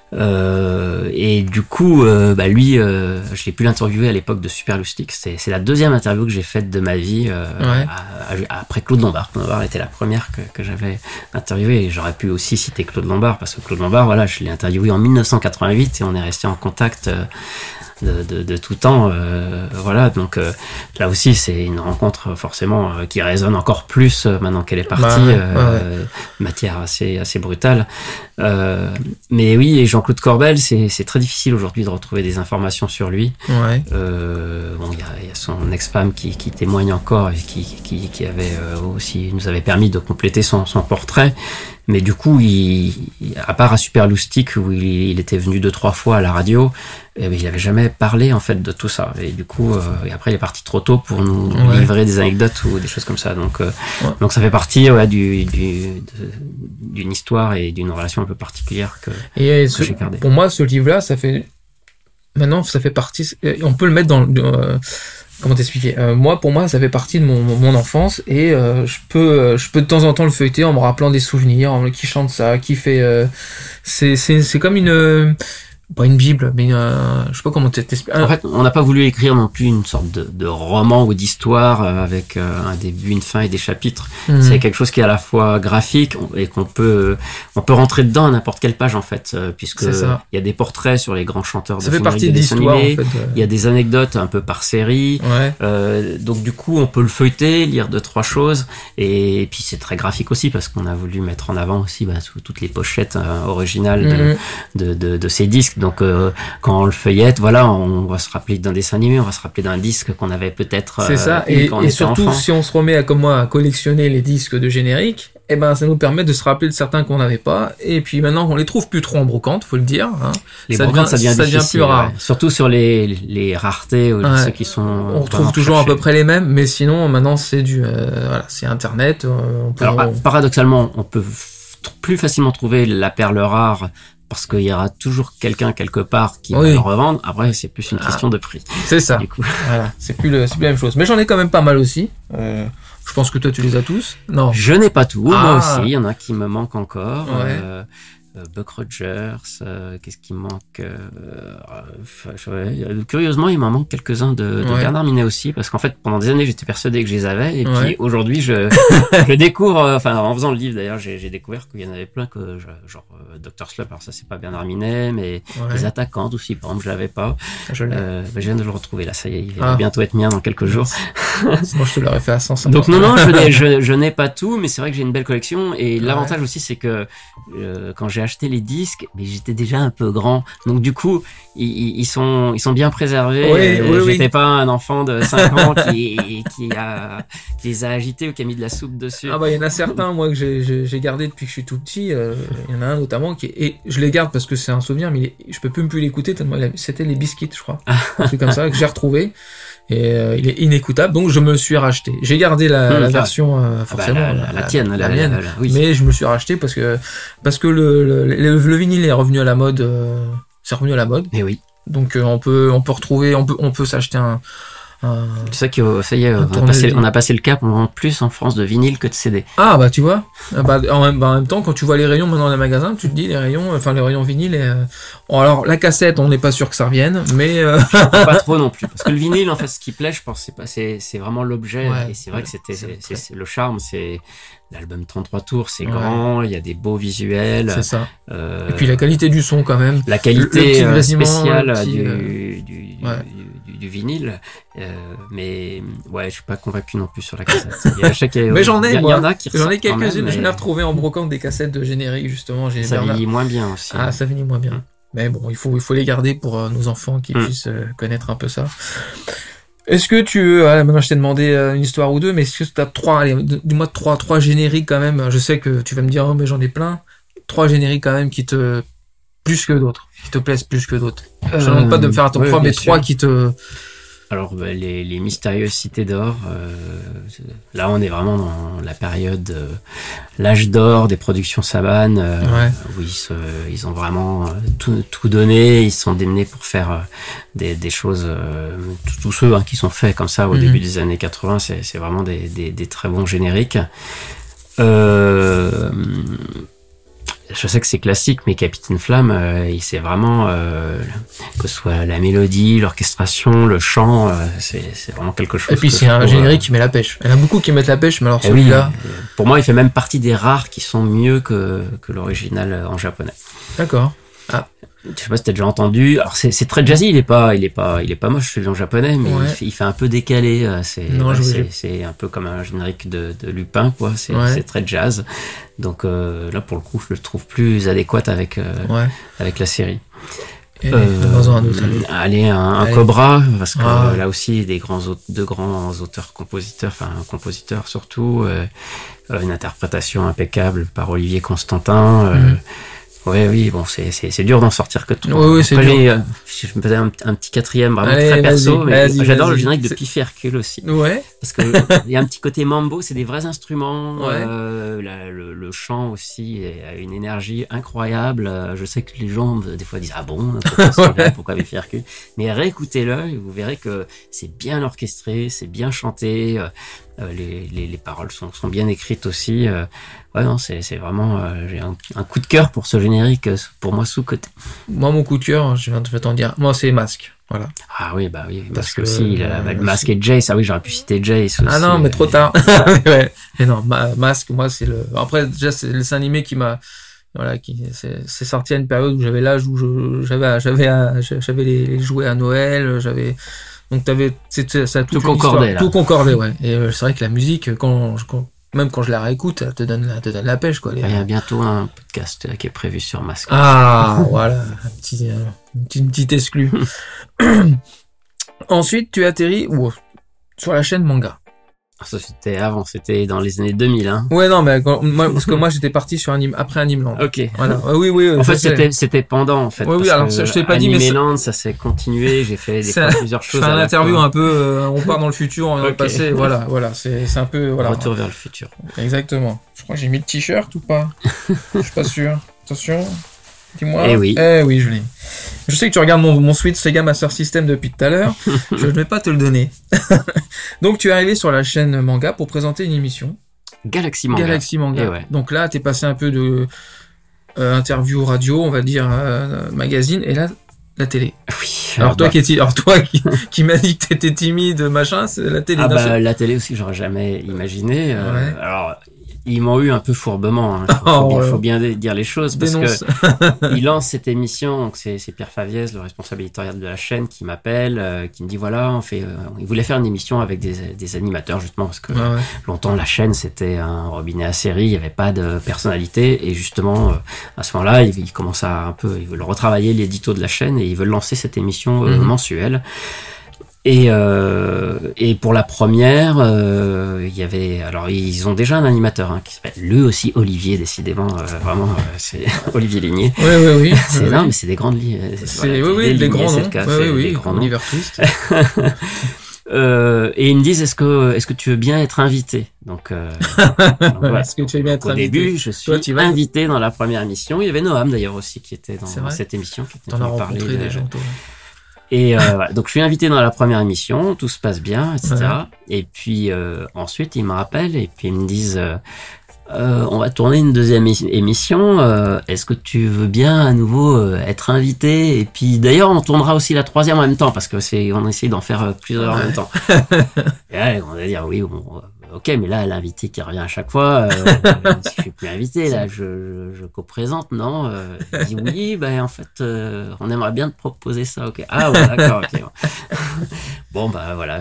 Euh, et du coup, euh, bah lui, euh, je l'ai pu l'interviewer à l'époque de Superloustic. C'est, c'est la deuxième interview que j'ai faite de ma vie euh, ouais. à, à, après Claude Lombard. Claude Lombard était la première que, que j'avais interviewée. Et j'aurais pu aussi citer Claude Lombard parce que Claude Lombard, voilà, je l'ai interviewé en dix-neuf cent quatre-vingt-huit et on est resté en contact. Euh, De, de, de tout temps, euh, voilà. Donc euh, là aussi, c'est une rencontre forcément euh, qui résonne encore plus euh, maintenant qu'elle est partie. Bah, ouais, euh, ouais. Matière assez assez brutale. Euh, mais oui, et Jean-Claude Corbel, c'est c'est très difficile aujourd'hui de retrouver des informations sur lui. Ouais. Euh, bon, il y a, y a son ex-femme qui qui témoigne encore et qui qui qui avait euh, aussi nous avait permis de compléter son son portrait. Mais du coup, il, à part à Superloustic où il, il était venu deux trois fois à la radio, eh bien, il n'avait jamais parlé en fait de tout ça. Et du coup, euh, et après, il est parti trop tôt pour nous ouais. livrer des anecdotes ou des choses comme ça. Donc, euh, ouais. donc ça fait partie ouais, du, du, de, d'une histoire et d'une relation un peu particulière que, et que ce, j'ai gardée. Pour moi, ce livre-là, ça fait maintenant, ça fait partie. On peut le mettre dans. Euh, Comment t'expliquer euh, Moi, pour moi, ça fait partie de mon, mon enfance et euh, je peux, euh, je peux de temps en temps le feuilleter en me rappelant des souvenirs, en qui chante ça, qui fait. Euh, c'est, c'est, c'est comme une, euh, pas une bible, mais euh, je sais pas comment t'expliquer. En fait, on n'a pas voulu écrire non plus une sorte de, de roman ou d'histoire euh, avec euh, un début, une fin et des chapitres. Mmh. C'est quelque chose qui est à la fois graphique et qu'on peut, on peut rentrer dedans à n'importe quelle page en fait, euh, puisque il y a des portraits sur les grands chanteurs de ça fait partie de l'histoire. En fait, il ouais. y a des anecdotes un peu par série. Ouais. Euh, donc du coup, on peut le feuilleter, lire deux trois choses, et, et puis c'est très graphique aussi parce qu'on a voulu mettre en avant aussi bah, toutes les pochettes euh, originales mmh. de, de, de, de ces disques. Donc euh, quand on le feuillette, voilà, on va se rappeler d'un dessin animé, on va se rappeler d'un disque qu'on avait peut-être. C'est ça. Euh, et, quand on et était surtout, enfant. Si on se remet à, comme moi à collectionner les disques de générique, eh ben ça nous permet de se rappeler de certains qu'on n'avait pas. Et puis maintenant, on les trouve plus trop en brocante, faut le dire. Hein. Les ça brocantes, devient, ça devient, ça devient plus rare. Ouais. Surtout sur les les raretés ou ouais. ceux qui sont. On retrouve toujours chercher. À peu près les mêmes, mais sinon maintenant c'est du euh, voilà, c'est Internet. Euh, on peut, Alors on... paradoxalement, on peut f- plus facilement trouver la perle rare. Parce qu'il y aura toujours quelqu'un quelque part qui oui. va le revendre. Après, c'est plus une ah. question de prix. C'est ça. Du coup. Voilà. C'est plus, le, c'est plus la même chose. Mais j'en ai quand même pas mal aussi. Euh, je pense que toi, tu les as tous. Non. Je n'ai pas tout. Ah. Moi aussi. Il y en a qui me manquent encore. Ouais. Euh, euh, Buck Rogers. Euh, qu'est-ce qui me manque euh, euh, Curieusement, il m'en manque quelques-uns de, de ouais. Bernard Minet aussi. Parce qu'en fait, pendant des années, j'étais persuadé que je les avais. Et ouais. puis aujourd'hui, je, je découvre... Enfin, en faisant le livre, d'ailleurs, j'ai, j'ai découvert qu'il y en avait plein que... Je, genre euh, docteur Slump, alors ça, c'est pas Bernard Minet, mais ouais. Les Attaquantes aussi, par exemple, je l'avais pas. Je l'ai. Euh, bah, je viens de le retrouver, là, ça y est, il va ah. bientôt être mien dans quelques jours. Moi, je te l'aurais fait à cent cinquante. Donc non, non, je n'ai, je, je n'ai pas tout, mais c'est vrai que j'ai une belle collection. Et ouais. l'avantage aussi, c'est que euh, quand j'ai acheté les disques, mais j'étais déjà un peu grand. Donc du coup, ils, ils sont, ils sont bien préservés. Oui, oui, j'étais oui. pas un enfant de cinq ans qui, qui a, qui les a agités ou qui a mis de la soupe dessus. Ah bah, il y en a certains, moi, que j'ai, j'ai, j'ai gardé depuis que je suis tout petit. Euh, il y en a un notamment qui est, et je les garde parce que c'est un souvenir, mais est, je peux plus plus l'écouter tellement il a, c'était les Biscuits, je crois. Un truc comme ça, que j'ai retrouvé. Et euh, il est inécoutable, donc je me le suis racheté. J'ai gardé la, mmh, la version euh, forcément ah bah, la, la, la tienne, la, la, la mienne, la, la, la, oui. Mais je me le suis racheté parce que parce que le le, le, le vinyle est revenu à la mode, euh, c'est revenu à la mode. Et oui. Donc euh, on peut on peut retrouver, on peut on peut s'acheter un. un c'est ça que ça y est, on a, passé, on a passé le cap, on vend plus en France de vinyle que de C D. Ah bah tu vois, bah, en, même, bah, en même temps quand tu vois les rayons maintenant dans les magasins, tu te dis les rayons, enfin les rayons vinyle. Et, euh... bon, alors la cassette, on n'est pas sûr que ça revienne, mais euh... pas trop non plus, parce que le vinyle en fait, ce qui plaît, je pense, c'est pas, c'est, c'est vraiment l'objet, ouais, et c'est vrai ouais, que c'était, c'est, c'est, c'est le charme, c'est l'album trente-trois tours, c'est ouais. grand, il y a des beaux visuels. C'est ça. Euh... Et puis la qualité du son quand même. La qualité le, le spéciale petit, du, euh... du, du, ouais. du, du, du vinyle. Euh, mais ouais, je suis pas convaincu non plus sur la cassette. Il y a chaque, mais j'en ai, il y, moi. Il y en a qui j'en ai quelques-unes. Mais... Je l'ai retrouvé en brocante des cassettes de générique justement. J'ai ça Bernard... vieillit moins bien aussi. Ah, ça vieillit moins bien. Mm. Mais bon, il faut il faut les garder pour euh, nos enfants qui mm. puissent euh, connaître un peu ça. Est-ce que tu... Ah, maintenant, je t'ai demandé euh, une histoire ou deux, mais est-ce que tu as trois... Allez, dis-moi trois, trois génériques quand même. Je sais que tu vas me dire, oh, mais j'en ai plein. Trois génériques quand même qui te... Plus que d'autres. Qui te plaisent plus que d'autres. Euh, je ne demande pas de me faire un top euh, trois, ouais, mais sûr. Trois qui te... Alors, bah, les, les mystérieuses cités d'or, euh, là, on est vraiment dans la période, euh, l'âge d'or des productions Saban, euh, Ouais. où ils, se, ils ont vraiment euh, tout, tout donné, ils se sont démenés pour faire euh, des, des choses, euh, tous, tous ceux hein, qui sont faits comme ça au Mhm. début des années quatre-vingts, c'est, c'est vraiment des, des, des très bons génériques. Euh, je sais que c'est classique, mais Capitaine Flamme, euh, il c'est vraiment euh, que ce soit la mélodie, l'orchestration, le chant, euh, c'est, c'est vraiment quelque chose. Et puis que c'est je un trouve, générique qui met la pêche. Il y en a beaucoup qui mettent la pêche, mais alors euh, oui, celui-là, euh, pour moi, il fait même partie des rares qui sont mieux que que l'original en japonais. d'accord. Je sais pas si t'as déjà entendu. Alors c'est, c'est très jazzy, il est pas, il est pas, il est pas moche celui en japonais, mais Ouais. il, fait, il fait un peu décalé. euh, C'est, Non, ouais, je- c'est, je- c'est un peu comme un générique de, de Lupin, quoi. C'est, Ouais. c'est très jazz. Donc euh, là, pour le coup, je le trouve plus adéquat avec euh, Ouais. avec la série. Et Euh, dans un autre. allez. allez, un, un Allez. Cobra, parce que Ah. euh, là aussi, des grands, aut- de grands auteurs-compositeurs, enfin un compositeur surtout, euh, euh, une interprétation impeccable par Olivier Constantin. Euh, Mhm. Ouais, oui, bon, c'est, c'est, c'est dur d'en sortir que trois. Oui, oui, c'est Après, dur. j'ai, euh, je me faisais un, un petit quatrième vraiment Allez, très perso, vas-y, mais vas-y, j'adore vas-y. le générique de C'est- Piff et Hercule aussi. Ouais. Parce que il y a un petit côté mambo, c'est des vrais instruments. Ouais. Euh, la- le, le chant aussi a une énergie incroyable. Euh, Je sais que les gens euh, des fois disent ah bon pourquoi celui-là, Ouais. pourquoi Piff et Hercule. Mais réécoutez-le et vous verrez que c'est bien orchestré, c'est bien chanté. Euh, euh, les, les, les paroles sont, sont bien écrites aussi. Euh, ouais non c'est, c'est vraiment euh, j'ai un, un coup de cœur pour ce générique euh, pour moi sous-côté. Moi, mon coup de cœur, je vais t'en dire. Moi, c'est Masque. Voilà. Ah oui, bah oui, parce, Parce que, que, aussi, il a euh, le masque et Jace. Ah oui, j'aurais pu citer Jace aussi. Ah non, mais trop tard. Mais ouais. Mais non, Ma- Masque, moi, c'est le. Après, déjà, c'est le dessin animé qui m'a. Voilà, qui c'est, c'est sorti à une période où j'avais l'âge où je, j'avais, j'avais, à- j'avais les, les jouets à Noël, j'avais. Donc t'avais, c'était, ça a toute Tout une concordait, histoire. là. Tout concordait, ouais. Et euh, c'est vrai que la musique, quand, quand, même quand je la réécoute, elle te donne, elle te donne la pêche, quoi. Les- Il y a bientôt un podcast euh, qui est prévu sur Masque. Ah, voilà, un petit, euh, une petite, une petite exclue. Ensuite, tu atterris où sur la chaîne Manga. Ça, c'était avant, c'était dans les années deux mille. Hein. Ouais, non, mais quand- moi, parce que moi, j'étais parti sur Anim, après Animeland. Ok. Voilà. Ah oui, oui. En je fait, sais. c'était, c'était pendant, en fait. Oui, oui, parce alors, que ça, je t'ai pas dit, mais Animeland, ça s'est continué. J'ai fait des C'est fois un- plusieurs Je choses. fais à un la interview fois. un peu, euh, on part dans le futur, on est dans le Ok. passé. Voilà, voilà, c'est, c'est un peu, voilà. Retour vers le futur. Exactement. Je crois que j'ai mis le t-shirt ou pas. Je suis pas sûr. Attention. Dis-moi. Eh oui. Eh oui, je l'ai. Je sais que tu regardes mon, mon Switch Sega Master System depuis tout à l'heure. Je ne vais pas te le donner. Donc, tu es arrivé sur la chaîne Manga pour présenter une émission. Galaxy Manga. Galaxy Manga. Eh ouais. Donc là, t'es passé un peu de euh, interview radio, on va dire, euh, magazine, et là, la télé. Oui. Alors, toi, bah, qui, es, alors toi qui, qui m'as dit que t'étais timide, machin, c'est la télé. Ah d'un bah, seul- la télé aussi, j'aurais jamais imaginé. Euh, Ouais. Alors, ils m'ont eu un peu fourbement. Hein. Faut, Oh, faut, bien, ouais. faut bien dire les choses parce Dénonce. que il lance cette émission. Donc c'est, c'est Pierre Faviez, le responsable éditorial de la chaîne, qui m'appelle, euh, qui me dit voilà, on fait. Euh, il voulait faire une émission avec des, des animateurs justement parce que Ouais, ouais. longtemps la chaîne c'était un robinet à série, il y avait pas de personnalité et justement euh, à ce moment-là, ils il commencent à un peu, ils veulent retravailler l'édito de la chaîne et ils veulent lancer cette émission euh, Mhm. mensuelle. Et, euh, et pour la première, euh, il y avait, alors ils ont déjà un animateur hein, qui s'appelle lui aussi Olivier, décidément, euh, vraiment, euh, c'est Olivier Ligné. Oui, oui, oui. C'est oui, non, oui. mais c'est des grandes lignes. C'est, oui, oui, les grands noms. Oui, oui, oui. Grands noms. Oliver Twist. Euh, et ils me disent est-ce que est-ce que tu veux bien être invité? Donc, euh, donc, voilà. Est-ce que tu veux bien être Au invité? début, je suis Toi, tu vas- invité dans la première émission. Il y avait Noam d'ailleurs aussi qui était C'est dans vrai cette émission. Qui était T'en as venu parler rencontré de- des gens, toi. Et euh, voilà. Donc je suis invité dans la première émission, tout se passe bien, et cetera. Et puis euh, ensuite ils me rappellent et puis ils me disent euh, euh, on va tourner une deuxième é- émission. euh, Est-ce que tu veux bien à nouveau euh, être invité? Et puis d'ailleurs on tournera aussi la troisième en même temps parce que c'est on essaie d'en faire euh, plusieurs en Ouais. même temps. Et là on va dire oui bon. euh, Ok, mais là, l'invité qui revient à chaque fois, euh, euh, je suis plus invité, là, je, je, je co-présente, non euh, Il dit oui, ben en fait, euh, on aimerait bien te proposer ça, ok. Ah ouais, d'accord, ok. Bon, bah voilà, bah, tu,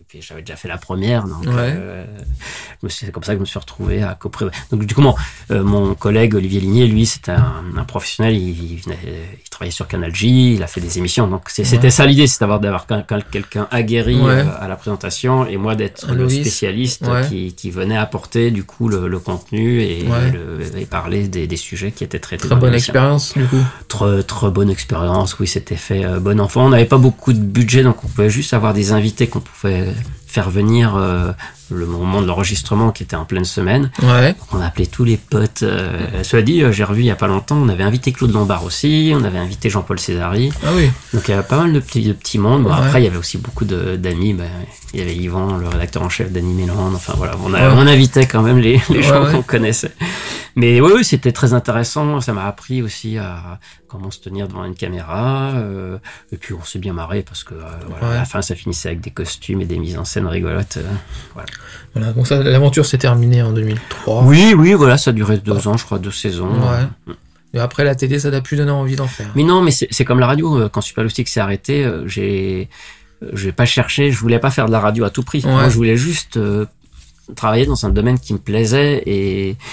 puis j'avais déjà fait la première, donc Ouais. euh, je me suis- c'est comme ça que je me suis retrouvé à copré. Donc du coup, mon, euh, mon collègue Olivier Ligné, lui, c'était un, un professionnel, il, il, venait, il travaillait sur Canal J, il a fait des émissions, donc c'est, c'était Ouais. ça l'idée, c'est d'avoir, d'avoir quelqu'un, quelqu'un aguerri Ouais. euh, à la présentation, et moi d'être Un le novice. spécialiste Ouais. qui, qui venait apporter du coup le, le contenu et, Ouais. le, et parler des, des sujets qui étaient traités. Très dans bonne l'émission. expérience, du coup. Très, très bonne expérience, oui, c'était fait euh, bon enfant. On n'avait pas beaucoup de budget, donc on pouvait juste avoir des invités qu'on pouvait faire venir euh, le moment de l'enregistrement qui était en pleine semaine. Ouais. Donc on appelait tous les potes. Euh, cela dit, euh, j'ai revu il y a pas longtemps, on avait invité Claude Lombard aussi, on avait invité Jean-Paul Césari. Ah oui. Donc il y avait pas mal de petits, de petits mondes. Bon, Ouais. Après, il y avait aussi beaucoup de, d'amis. Ben, il y avait Yvan, le rédacteur en chef d'Annie Méland. Enfin voilà, on, a, Ouais. on invitait quand même les, les Ouais, gens ouais. qu'on connaissait. Mais oui, oui, c'était très intéressant. Ça m'a appris aussi à comment se tenir devant une caméra. Euh, et puis on s'est bien marré parce que euh, voilà, Ouais. à la fin, ça finissait avec des costumes et des mises en scène rigolotes. Euh, voilà. Voilà. Donc ça, l'aventure s'est terminée en deux mille trois. Oui, oui, voilà, ça a duré deux ans, je crois, deux saisons. Ouais. Et après, la télé, ça t'a plus donné envie d'en faire. Mais non, mais c'est, c'est comme la radio. Euh, Quand Super Loustic s'est arrêté, euh, j'ai, euh, j'ai pas cherché, je voulais pas faire de la radio à tout prix. Ouais. Moi, je voulais juste euh, travailler dans un domaine qui me plaisait et, et,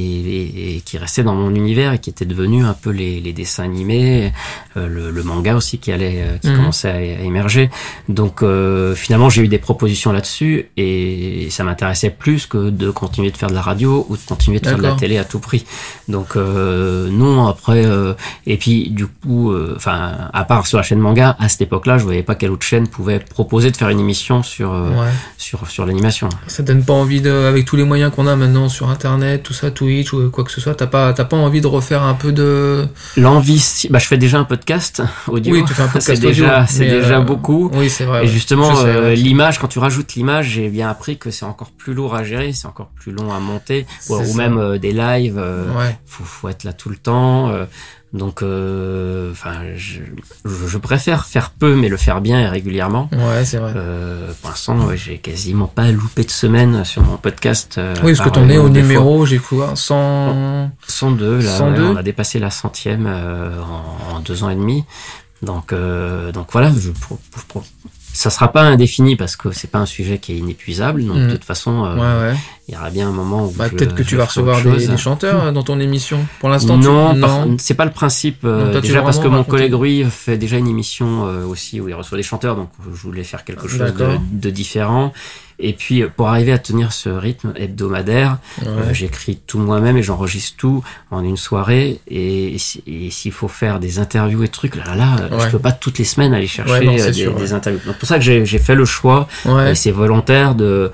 et, et qui restait dans mon univers et qui était devenu un peu les, les dessins animés, euh, le, le manga aussi qui allait, euh, qui Mhm. commençait à, à émerger. Donc euh, finalement, j'ai eu des propositions là-dessus et ça m'intéressait plus que de continuer de faire de la radio ou de continuer de faire de la D'accord. télé à tout prix. Donc euh, non, après euh, et puis du coup, enfin euh, à part sur la chaîne manga, à cette époque-là, je voyais pas quelle autre chaîne pouvait proposer de faire une émission sur euh, Ouais. sur sur l'animation. Ça te donne pas envie de, avec tous les moyens qu'on a maintenant sur Internet, tout ça, Twitch ou quoi que ce soit, t'as pas, t'as pas envie de refaire un peu de... L'envie, si- bah je fais déjà un podcast audio. Oui, tu fais un podcast c'est déjà audio, c'est mais, déjà euh, beaucoup. Oui, c'est vrai. Et ouais. justement, Je sais, euh, ouais. l'image, quand tu rajoutes l'image, j'ai bien appris que c'est encore plus lourd à gérer, c'est encore plus long à monter, ou, C'est ou ça. même euh, des lives, euh, Ouais. faut, faut être là tout le temps. euh, donc, euh, enfin, je, je, je préfère faire peu, mais le faire bien et régulièrement. Ouais, c'est vrai. Euh, pour l'instant, ouais, j'ai quasiment pas loupé de semaine sur mon podcast. euh, Oui, parce que par, t'en es euh, au des fois. numéro, j'ai quoi, cent... cent deux, là, cent deux. ouais, on a dépassé la centième euh, en, en deux ans et demi. Donc, euh, donc voilà, je, pour, pour, pour, ça sera pas indéfini parce que c'est pas un sujet qui est inépuisable. Donc Mm. de toute façon, euh, Ouais, ouais. il y aura bien un moment où Bah, je- peut-être que tu je vas ferai recevoir autre des, chose. des chanteurs euh, dans ton émission. Pour l'instant, Non, tu... par- non. c'est pas le principe. euh, Donc, toi, tu déjà veux parce que vraiment mon raconter. collègue Rui fait déjà une émission euh, aussi où il reçoit des chanteurs, donc je voulais faire quelque chose de, D'accord. de différent. Et puis pour arriver à tenir ce rythme hebdomadaire, Ouais. euh, j'écris tout moi-même et j'enregistre tout en une soirée. Et, si- et s'il faut faire des interviews et trucs, là, là, là Ouais. je peux pas toutes les semaines aller chercher Ouais, non, c'est euh, des, sûr, des ouais. interviews. Donc pour ça que j'ai, j'ai fait le choix Ouais. et c'est volontaire de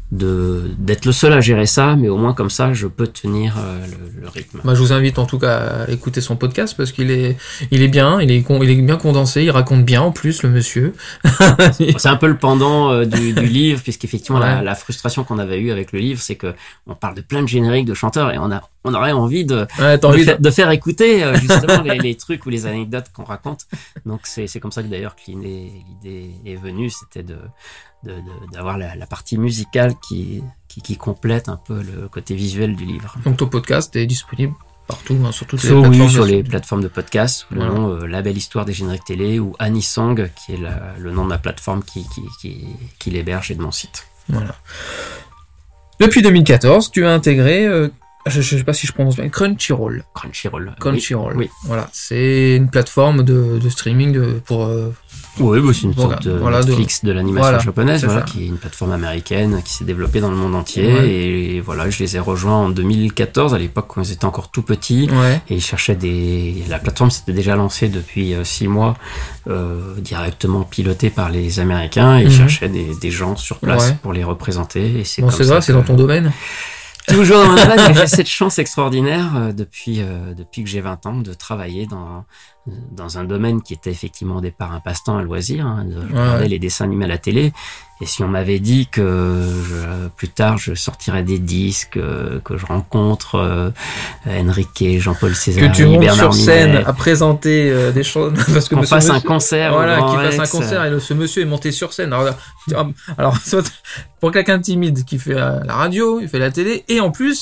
de d'être le seul à gérer ça, mais au moins comme ça, je peux tenir euh, le, le rythme. Bah, je vous invite en tout cas à écouter son podcast parce qu'il est, il est bien, il est, con- il est bien condensé, il raconte bien en plus le monsieur. C'est un peu le pendant euh, du, du livre, puisqu'effectivement Ouais. la, la frustration qu'on avait eue avec le livre, c'est que on parle de plein de génériques de chanteurs et on a on aurait envie de Ouais, t'as de, envie fa- de... de faire écouter euh, justement les, les trucs ou les anecdotes qu'on raconte. Donc c'est c'est comme ça que d'ailleurs que l'idée l'idée est venue, c'était de de- de- d'avoir la, la partie musicale qui, qui qui complète un peu le côté visuel du livre. Donc ton podcast est disponible partout, hein, sur toutes les So, oui, plateformes. sur de- les plateformes de podcast, sous le Voilà. nom euh, La Belle Histoire des génériques télé ou Anisong, qui est la- le nom de la plateforme qui, qui, qui, qui l'héberge et de mon site. Voilà. Depuis deux mille quatorze, tu as intégré, euh, je, je sais pas si je prononce bien, Crunchyroll. Crunchyroll. Crunchyroll. Oui. Voilà, c'est une plateforme de, de streaming de, pour. euh, Oui, bah, c'est une Voilà, sorte de voilà, de- Netflix de, l'animation voilà, japonaise, c'est voilà, ça. qui est une plateforme américaine qui s'est développée dans le monde entier. Ouais. Et voilà, je les ai rejoints en deux mille quatorze, à l'époque où ils étaient encore tout petits. Ouais. Et ils cherchaient des. La plateforme s'était déjà lancée depuis euh, six mois, euh, directement pilotée par les Américains. Et ils Mhm. cherchaient des, des gens sur place Ouais. pour les représenter. Et c'est Bon, comme c'est ça vrai, c'est que- dans ton domaine. Toujours dans le domaine, mais j'ai cette chance extraordinaire euh, depuis euh, depuis que j'ai vingt ans de travailler dans dans un domaine qui était effectivement au départ un passe-temps, un loisir, hein, de regarder ouais. les dessins animés à la télé. Et si on m'avait dit que je, plus tard je sortirais des disques, euh, que je rencontre euh, Enrique, Jean-Paul César, Que tu montes Bernard sur scène Minet, à présenter euh, des choses. Parce que qu'on monsieur- fasse un monsieur- concert, au Voilà, Grand qu'il fasse un Rex, concert et le- ce monsieur est monté sur scène. Alors, alors, alors, soit- pour quelqu'un de timide qui fait euh, la radio, il fait la télé et en plus,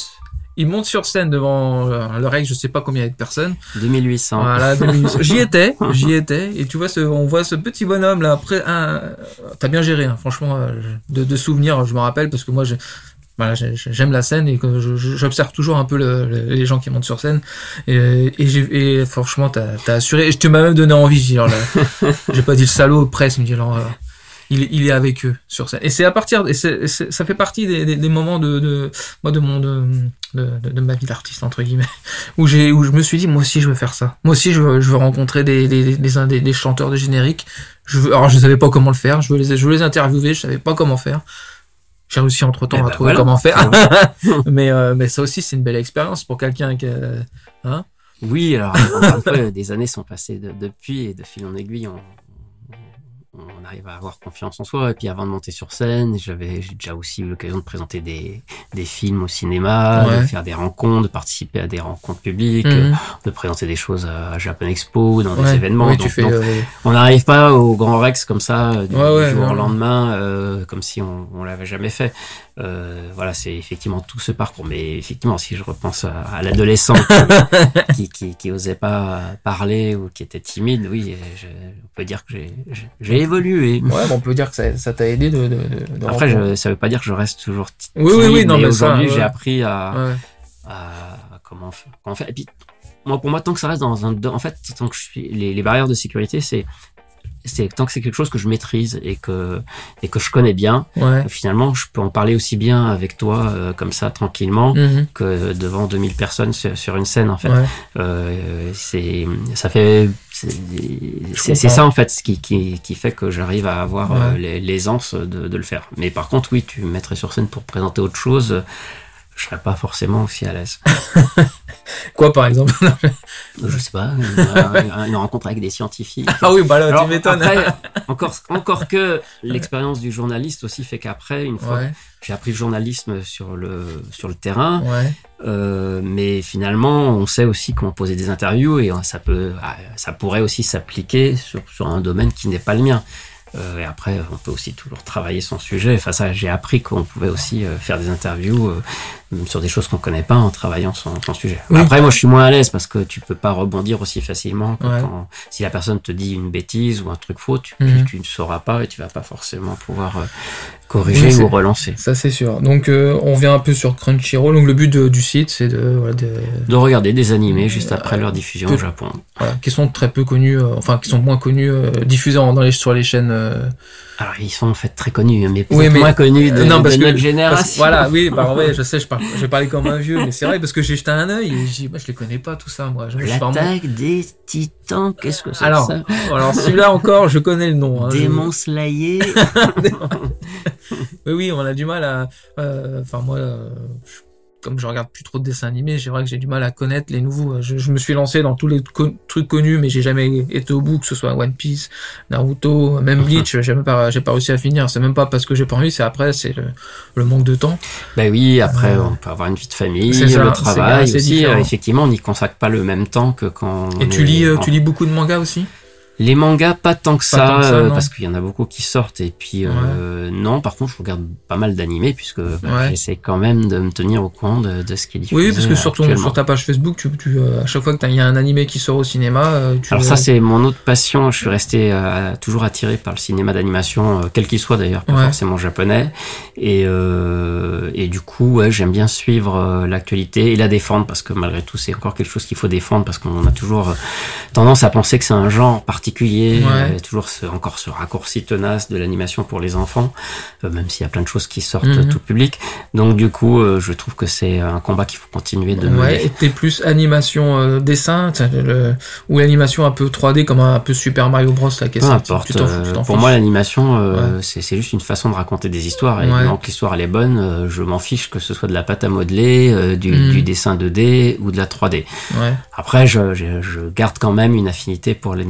il monte sur scène devant euh, le rec, je sais pas combien il y a de personnes. deux mille huit cents. Voilà, deux mille huit cents. J'y étais, j'y étais, et tu vois, ce, on voit ce petit bonhomme là. Après, un, t'as bien géré, hein, franchement, euh, de, de souvenirs, je me rappelle parce que moi, je, voilà, j'aime la scène et que je, j'observe toujours un peu le, le, les gens qui montent sur scène. Et, et, j'ai, et franchement, t'as, t'as assuré. Et je te m'as même donné envie. Je dis, alors, là, j'ai pas dit le salaud presse, il me dit alors. Euh, Il, il est avec eux sur scène. Et c'est à partir, et c'est, c'est, ça fait partie des, des, des moments de, de, moi, de mon, de, de, de ma vie d'artiste, entre guillemets, où j'ai, où je me suis dit, moi aussi, je veux faire ça. Moi aussi, je veux, je veux rencontrer des, des, des, des, des chanteurs de générique. Je veux, alors, je savais pas comment le faire. Je veux les, je veux les interviewer. Je savais pas comment faire. J'ai réussi entre temps eh à ben trouver voilà. comment faire. mais, euh, mais ça aussi, c'est une belle expérience pour quelqu'un qui, euh, hein. Oui, alors, un peu, des années sont passées de, depuis et de fil en aiguille, on, on arrive à avoir confiance en soi. Et puis avant de monter sur scène, j'avais j'ai déjà aussi eu l'occasion de présenter des des films au cinéma, ouais. de faire des rencontres, de participer à des rencontres publiques, mmh. de présenter des choses à Japan Expo, dans ouais. des événements. Oui, donc, tu fais, donc, euh... on n'arrive pas au Grand Rex comme ça du, ouais, ouais, du jour ouais. au lendemain, euh, comme si on on l'avait jamais fait. Euh, voilà, c'est effectivement tout ce parcours. Mais effectivement, si je repense à, à l'adolescent qui, qui, qui, qui osait pas parler ou qui était timide, oui, je, on peut dire que j'ai, j'ai, j'ai évolué. Ouais, bon, on peut dire que ça, ça t'a aidé de. de, de Après, je, ça veut pas dire que je reste toujours timide. Oui, oui, oui, non, mais, mais aujourd'hui, ça, ouais. j'ai appris à, ouais. à, à comment, comment faire. Et puis, moi, pour moi, tant que ça reste dans un, en fait, tant que je suis, les, les barrières de sécurité, c'est c'est tant que c'est quelque chose que je maîtrise et que et que je connais bien, ouais. finalement je peux en parler aussi bien avec toi euh, comme ça tranquillement mm-hmm. que devant deux mille personnes sur, sur une scène en fait. Ouais. Euh, c'est ça fait c'est, c'est, c'est ça en fait ce qui qui qui fait que j'arrive à avoir ouais. euh, l'aisance de de le faire. Mais par contre oui, tu me mettrais sur scène pour présenter autre chose, je serais pas forcément aussi à l'aise. Quoi, par exemple? Je sais pas, une, une rencontre avec des scientifiques. Ah oui, bah là, alors, tu m'étonnes. Après, encore, encore que l'expérience du journaliste aussi fait qu'après, une fois, ouais. j'ai appris le journalisme sur le, sur le terrain. Ouais. Euh, mais finalement, on sait aussi comment poser des interviews et ça peut, ça pourrait aussi s'appliquer sur, sur un domaine qui n'est pas le mien. Euh, et après, on peut aussi toujours travailler son sujet. Enfin, ça, j'ai appris qu'on pouvait aussi euh, faire des interviews euh, même sur des choses qu'on connaît pas en travaillant son, son sujet. Oui. Après, moi, je suis moins à l'aise parce que tu peux pas rebondir aussi facilement que ouais. quand, si la personne te dit une bêtise ou un truc faux, tu, mmh. tu, tu ne sauras pas et tu vas pas forcément pouvoir euh, corriger oui, ou relancer. Ça, c'est sûr. Donc, euh, on revient un peu sur Crunchyroll. Donc, le but de, du site, c'est de, voilà, de... de regarder des animés juste après euh, leur diffusion peu, au Japon. Voilà, qui sont très peu connus, euh, enfin, qui sont moins connus, euh, diffusés dans les, sur les chaînes. Euh... Alors, ils sont en fait très connus, mais peut-être oui, mais, moins connus de, euh, non, parce de que, notre génération. Parce, voilà, oui, bah ouais, je sais, je parle, je vais parler comme un vieux, mais c'est vrai parce que j'ai jeté un œil et j'ai, bah, je les connais pas tout ça, moi. Je, L'attaque vraiment... des Titans, qu'est-ce que c'est alors, ça alors celui-là encore, je connais le nom. Hein, Démon je... Slayer. Oui, oui, on a du mal à, enfin euh, moi. Euh, comme je regarde plus trop de dessins animés, c'est vrai que j'ai du mal à connaître les nouveaux. Je, je me suis lancé dans tous les co- trucs connus, mais j'ai jamais été au bout, que ce soit One Piece, Naruto, même Bleach, j'ai même pas, j'ai pas réussi à finir. C'est même pas parce que j'ai pas envie, c'est après, c'est le, le manque de temps. Ben oui, après, euh, on peut avoir une vie de famille, c'est ça, le travail c'est, c'est aussi. différent. Effectivement, on n'y consacre pas le même temps que quand. Et tu lis, en... tu lis beaucoup de mangas aussi? Les mangas, pas tant que pas ça, tant que ça euh, parce qu'il y en a beaucoup qui sortent. Et puis, ouais. euh, non, par contre, je regarde pas mal d'animés, puisque bah, ouais. j'essaie quand même de me tenir au courant de, de ce qui est diffusé. Oui, parce que sur, ton, sur ta page Facebook, tu, tu, euh, à chaque fois qu'il y a un animé qui sort au cinéma... Euh, tu, Alors ça, c'est mon autre passion. Je suis resté euh, toujours attiré par le cinéma d'animation, euh, quel qu'il soit d'ailleurs, pas ouais. forcément japonais. Et, euh, et du coup, ouais, j'aime bien suivre euh, l'actualité et la défendre, parce que malgré tout, c'est encore quelque chose qu'il faut défendre, parce qu'on a toujours euh, tendance à penser que c'est un genre particulier. particulier, ouais. euh, toujours ce, encore ce raccourci tenace de l'animation pour les enfants, euh, même s'il y a plein de choses qui sortent mm-hmm. tout public. Donc du coup, euh, je trouve que c'est un combat qu'il faut continuer de mener. Ouais, et t'es plus animation euh, dessin, le, ou animation un peu trois D comme un, un peu Super Mario Bros. Là, Peu importe. Tu t'en, tu t'en pour fiches. Moi, l'animation, euh, ouais. c'est, c'est juste une façon de raconter des histoires. Et ouais. donc l'histoire elle est bonne, euh, je m'en fiche que ce soit de la pâte à modeler, euh, du, mm. du dessin deux D ou de la trois D. Ouais. Après, je, je, je garde quand même une affinité pour l'animation en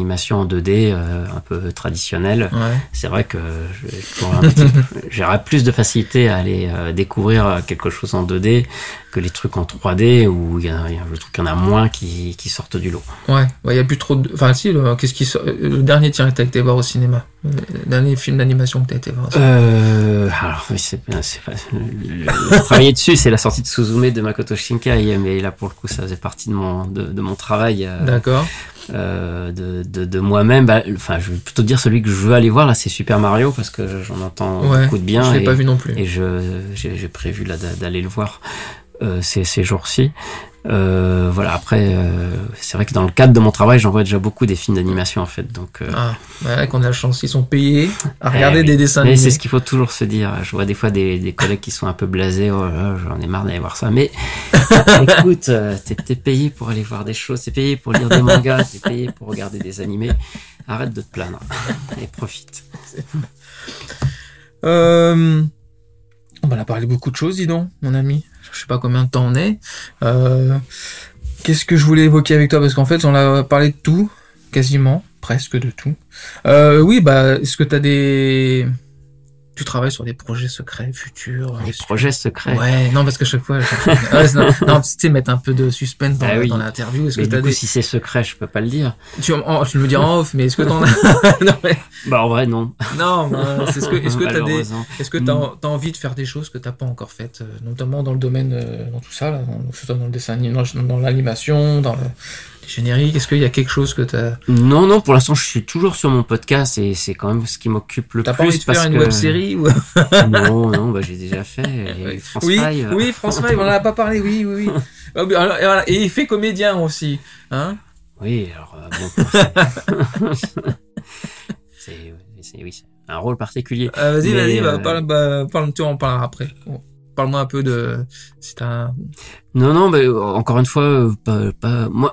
deux D euh, un peu traditionnel. Ouais. C'est vrai que j'aurais un petit, j'aurais plus de facilité à aller euh, découvrir quelque chose en deux D que les trucs en trois D où il y a, je trouve qu'il y en a moins qui, qui sortent du lot. Ouais, il y a plus trop de... Enfin, si, le, qu'est-ce qui sort... le dernier tiens, que t'as été voir au cinéma, le dernier film d'animation que t'as été voir au cinéma. Euh, alors, oui, c'est, c'est pas, le, le, travailler dessus, c'est la sortie de Suzume de Makoto Shinkai, mais là, pour le coup, ça faisait partie de mon, de, de mon travail. Euh, D'accord. Euh, de, de, de moi-même. Bah, enfin, je vais plutôt dire celui que je veux aller voir, là, c'est Super Mario, parce que j'en entends ouais, beaucoup de bien. Je l'ai et, pas vu non plus. Et je, j'ai, j'ai prévu, là, d'aller le voir, euh, ces, ces jours-ci. Euh, voilà, après, euh, c'est vrai que dans le cadre de mon travail, j'en vois déjà beaucoup des films d'animation, en fait, donc... Euh... Ah, ouais, qu'on a la chance, ils sont payés à regarder eh, oui. des dessins mais animés. C'est ce qu'il faut toujours se dire. Je vois des fois des, des collègues qui sont un peu blasés, oh là là, j'en ai marre d'aller voir ça, mais écoute, euh, t'es, t'es payé pour aller voir des choses, t'es payé pour lire des mangas, t'es payé pour regarder des animés, arrête de te plaindre, et profite. Euh... On a parlé beaucoup de choses, dis donc, mon ami. Je sais pas combien de temps on est. Euh, qu'est-ce que je voulais évoquer avec toi? Parce qu'en fait, on a parlé de tout, quasiment, presque de tout. Euh, oui, bah, est-ce que t'as des... Tu travailles sur des projets secrets, futurs? Des projets secrets? Ouais, non, parce que chaque fois... Chaque fois... ouais, non, non, tu sais, mettre un peu de suspense dans, ah oui. dans l'interview. Est-ce mais que du t'as coup, des... si c'est secret, je peux pas le dire. Tu, en, tu me le dis en off, mais est-ce que t'en as... non, mais... Bah, en vrai, non. Non, bah, c'est ce que, est-ce que t'as des... Est-ce que t'as, t'as envie de faire des choses que t'as pas encore faites, notamment dans le domaine, dans tout ça, là, que ce soit dans le dessin, dans, dans l'animation, dans le... générique, est-ce qu'il y a quelque chose que t'as... Non, non, pour l'instant, je suis toujours sur mon podcast et c'est quand même ce qui m'occupe le t'as plus. T'as pas envie de faire une que... web-série ou... Non, non, bah j'ai déjà fait. Et France oui, Five. Oui, France Five, on en a pas parlé, oui, oui, oui. Et il fait comédien aussi, hein? Oui, alors, bon, c'est, c'est, oui, c'est un rôle particulier. Euh, vas-y, mais, vas-y, euh... bah, parle, bah, parle, tu en parleras après. Bon. Parle-moi un peu de... C'est un... Non, non, mais encore une fois, pas, pas... moi,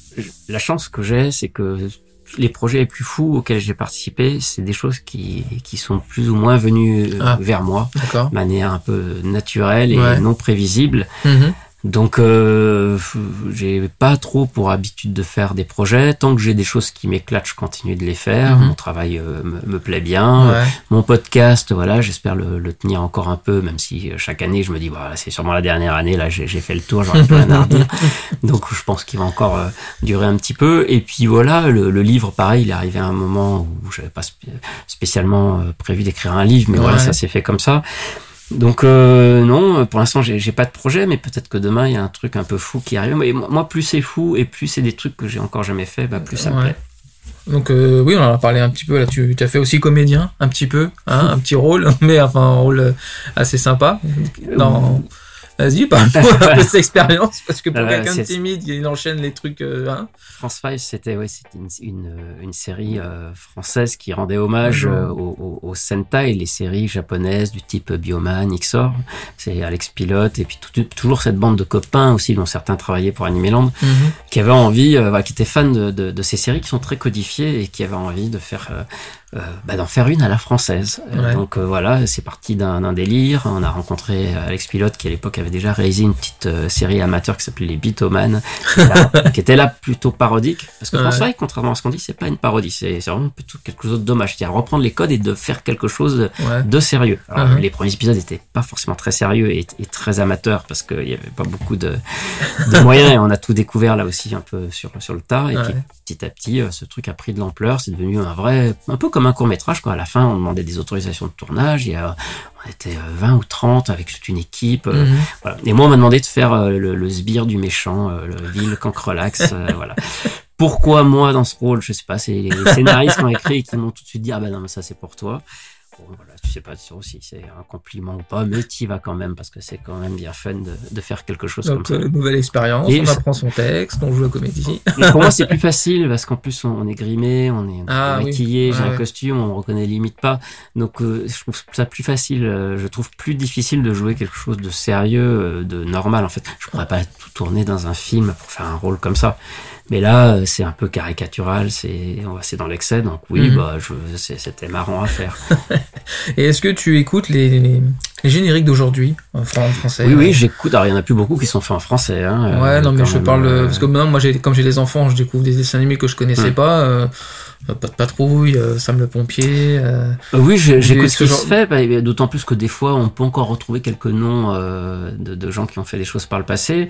la chance que j'ai, c'est que les projets les plus fous auxquels j'ai participé, c'est des choses qui, qui sont plus ou moins venues ah, vers moi, de manière un peu naturelle et ouais. non prévisible. Mm-hmm. Donc, euh, j'ai pas trop pour habitude de faire des projets. Tant que j'ai des choses qui m'éclatent, je continue de les faire. Mm-hmm. Mon travail euh, me, me plaît bien. Ouais. Mon podcast, voilà, j'espère le, le tenir encore un peu, même si chaque année, je me dis, voilà, c'est sûrement la dernière année, là, j'ai, j'ai fait le tour, j'aurais plus rien à redire. Donc, je pense qu'il va encore euh, durer un petit peu. Et puis, voilà, le, le livre, pareil, il est arrivé à un moment où j'avais pas spé- spécialement euh, prévu d'écrire un livre, mais ouais. voilà, ça s'est fait comme ça. Donc euh, non, pour l'instant j'ai, j'ai pas de projet, mais peut-être que demain il y a un truc un peu fou qui arrive. Mais moi, plus c'est fou et plus c'est des trucs que j'ai encore jamais fait, bah plus ça me ouais. plaît. Donc euh, oui, on en a parlé un petit peu là. Tu as fait aussi comédien, un petit peu, hein, un petit rôle, mais enfin un rôle assez sympa. Dans... Vas-y, parle-moi un peu de cette expérience, parce que pour euh, quelqu'un de timide, il enchaîne les trucs. Euh, hein. France Five, c'était ouais, c'était une une, une série euh, française qui rendait hommage euh, aux, aux, aux Sentai, les séries japonaises du type Bioman, X O R. C'est Alex Pilote et puis tout, toujours cette bande de copains aussi, dont certains travaillaient pour Animeland, mm-hmm. qui avaient envie, euh, qui étaient fans de, de, de ces séries qui sont très codifiées et qui avaient envie de faire euh, Euh, bah, d'en faire une à la française. Ouais. Euh, donc euh, voilà, c'est parti d'un, d'un délire. On a rencontré Alex Pilote qui à l'époque avait déjà réalisé une petite euh, série amateur qui s'appelait Les Bitoman, qui, qui était là plutôt parodique. Parce que ouais. François, contrairement à ce qu'on dit, c'est pas une parodie, c'est, c'est vraiment plutôt quelque chose de dommage. C'est-à-dire reprendre les codes et de faire quelque chose de, ouais. de sérieux. Alors, uh-huh. les premiers épisodes étaient pas forcément très sérieux et, et très amateurs parce qu'il y avait pas beaucoup de, de moyens et on a tout découvert là aussi un peu sur, sur le tard. Et ouais. puis petit à petit, ce truc a pris de l'ampleur. C'est devenu un vrai, un peu comme un court-métrage, quoi. À la fin, on demandait des autorisations de tournage. Il y a, on était vingt ou trente avec toute une équipe. Mm-hmm. Euh, voilà. Et moi, on m'a demandé de faire euh, le, le sbire du méchant, euh, le vil cancrelax. Euh, voilà. Pourquoi moi dans ce rôle? Je sais pas. C'est les scénaristes qui ont écrit et qui m'ont tout de suite dit, ah ben non, mais ça c'est pour toi. Bon, voilà, tu sais pas sûr si c'est un compliment ou pas, mais t'y vas quand même parce que c'est quand même bien fun de, de faire quelque chose donc, comme ça. Euh, nouvelle expérience, et on apprend son texte, on joue la comédie. Mais pour moi, c'est plus facile parce qu'en plus, on est grimé, on est, ah, maquillé, oui. j'ai ah, un ouais. costume, on me reconnaît limite pas. Donc, euh, je trouve ça plus facile. Euh, je trouve plus difficile de jouer quelque chose de sérieux, euh, de normal. En fait, je pourrais pas tout tourner dans un film pour faire un rôle comme ça. Mais là, c'est un peu caricatural, c'est, c'est dans l'excès, donc oui, mmh. bah, je, c'est, c'était marrant à faire. Et est-ce que tu écoutes les, les, les génériques d'aujourd'hui en français? Oui, oui, j'écoute. Alors, il y en a plus beaucoup qui sont faits en français. Hein, ouais, euh, non, mais je même, parle euh... parce que maintenant, moi, j'ai, comme j'ai les enfants, je découvre des dessins animés que je connaissais mmh. pas. Euh, euh, Pas de patrouille, euh, Sam le pompier. Euh, euh, oui, j'ai, j'écoute ce ce qui genre... se fait, bah, d'autant plus que des fois, on peut encore retrouver quelques noms euh, de, de gens qui ont fait des choses par le passé.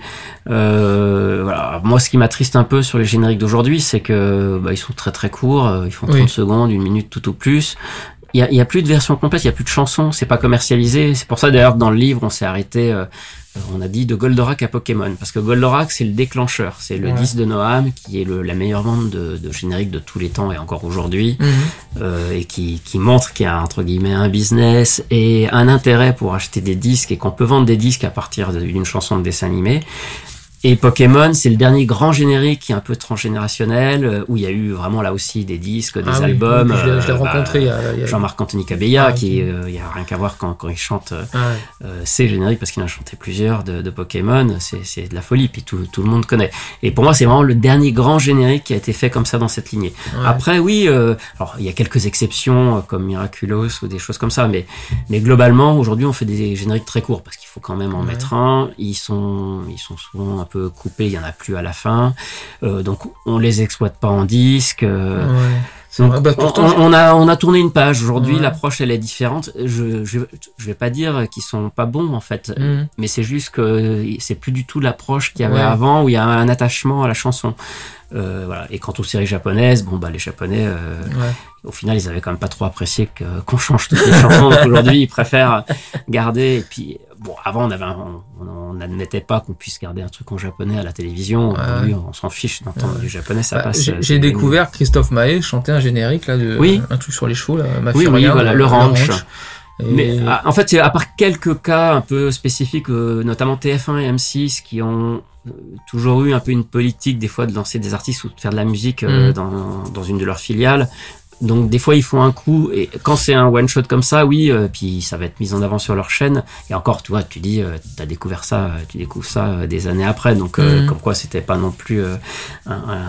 Euh, voilà. Moi, ce qui m'attriste un peu sur les génériques d'aujourd'hui, c'est que bah, ils sont très très courts, ils font trente oui. secondes, une minute tout au plus. Il y a, il y a plus de version complète, il y a plus de chansons, c'est pas commercialisé. C'est pour ça d'ailleurs dans le livre on s'est arrêté, euh, on a dit de Goldorak à Pokémon, parce que Goldorak c'est le déclencheur, c'est le ouais. disque de Noam qui est le, la meilleure vente de, de générique de tous les temps et encore aujourd'hui, mm-hmm. euh, et qui, qui montre qu'il y a entre guillemets un business et un intérêt pour acheter des disques et qu'on peut vendre des disques à partir d'une chanson de dessin animé. Et Pokémon, c'est le dernier grand générique qui est un peu transgénérationnel, où il y a eu vraiment là aussi des disques, des ah albums. Oui, je l'ai, je l'ai euh, rencontré. Bah, il y a, il y a... Jean-Marc Anthony Cabella, ah, qui, il euh, y a rien qu'à voir quand, quand il chante euh, ah, ouais. euh, ses génériques, parce qu'il en a chanté plusieurs de, de Pokémon. C'est, c'est de la folie, puis tout, tout le monde connaît. Et pour moi, c'est vraiment le dernier grand générique qui a été fait comme ça dans cette lignée. Ouais. Après, oui, euh, alors il y a quelques exceptions comme Miraculous ou des choses comme ça, mais, mais globalement, aujourd'hui, on fait des génériques très courts parce qu'il faut quand même en ouais. mettre un. Ils sont, ils sont souvent un peu coupés. Il y en a plus à la fin, euh, donc on les exploite pas en disque. Euh, ouais. donc bah, pourtant, on, on a on a tourné une page. Aujourd'hui, ouais. l'approche elle est différente. Je je je vais pas dire qu'ils sont pas bons en fait, mmh. mais c'est juste que c'est plus du tout l'approche qu'il y avait ouais. avant où il y a un attachement à la chanson. Euh, voilà. Et quant aux séries japonaises, bon bah les Japonais, euh, ouais. au final, ils avaient quand même pas trop apprécié que, qu'on change toutes les chansons. Donc aujourd'hui, ils préfèrent garder. Et puis bon, avant, on avait, un, on n'admettait pas qu'on puisse garder un truc en japonais à la télévision. Ouais. Aujourd'hui, on s'en fiche d'entendre ouais. du japonais, ça bah, passe. J'ai, j'ai découvert Christophe Maé chanter un générique là, de oui. un truc sur les chevaux là. Ma oui, oui, voilà, le ranch. Et... Mais en fait, c'est à part quelques cas un peu spécifiques, euh, notamment T F un et M six, qui ont toujours eu un peu une politique des fois de lancer des artistes ou de faire de la musique euh, mmh. dans, dans une de leurs filiales. Donc des fois ils font un coup et quand c'est un one shot comme ça, oui, euh, puis ça va être mis en avant sur leur chaîne. Et encore, tu vois, tu dis, euh, t'as découvert ça, tu découvres ça euh, des années après. Donc euh, mmh. comme quoi c'était pas non plus euh, un, un,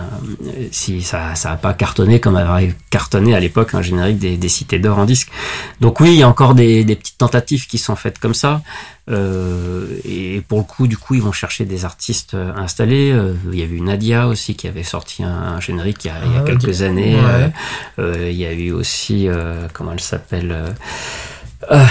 si ça ça a pas cartonné comme avait cartonné à l'époque un générique des, des Cités d'Or en disque. Donc oui, il y a encore des, des petites tentatives qui sont faites comme ça. Euh, et pour le coup, du coup, ils vont chercher des artistes euh, installés. Euh, il y avait eu Nadia aussi qui avait sorti un, un générique il y a, il y a ah, quelques okay. années. Ouais. Euh, euh, il y a eu aussi, euh, comment elle s'appelle euh, euh,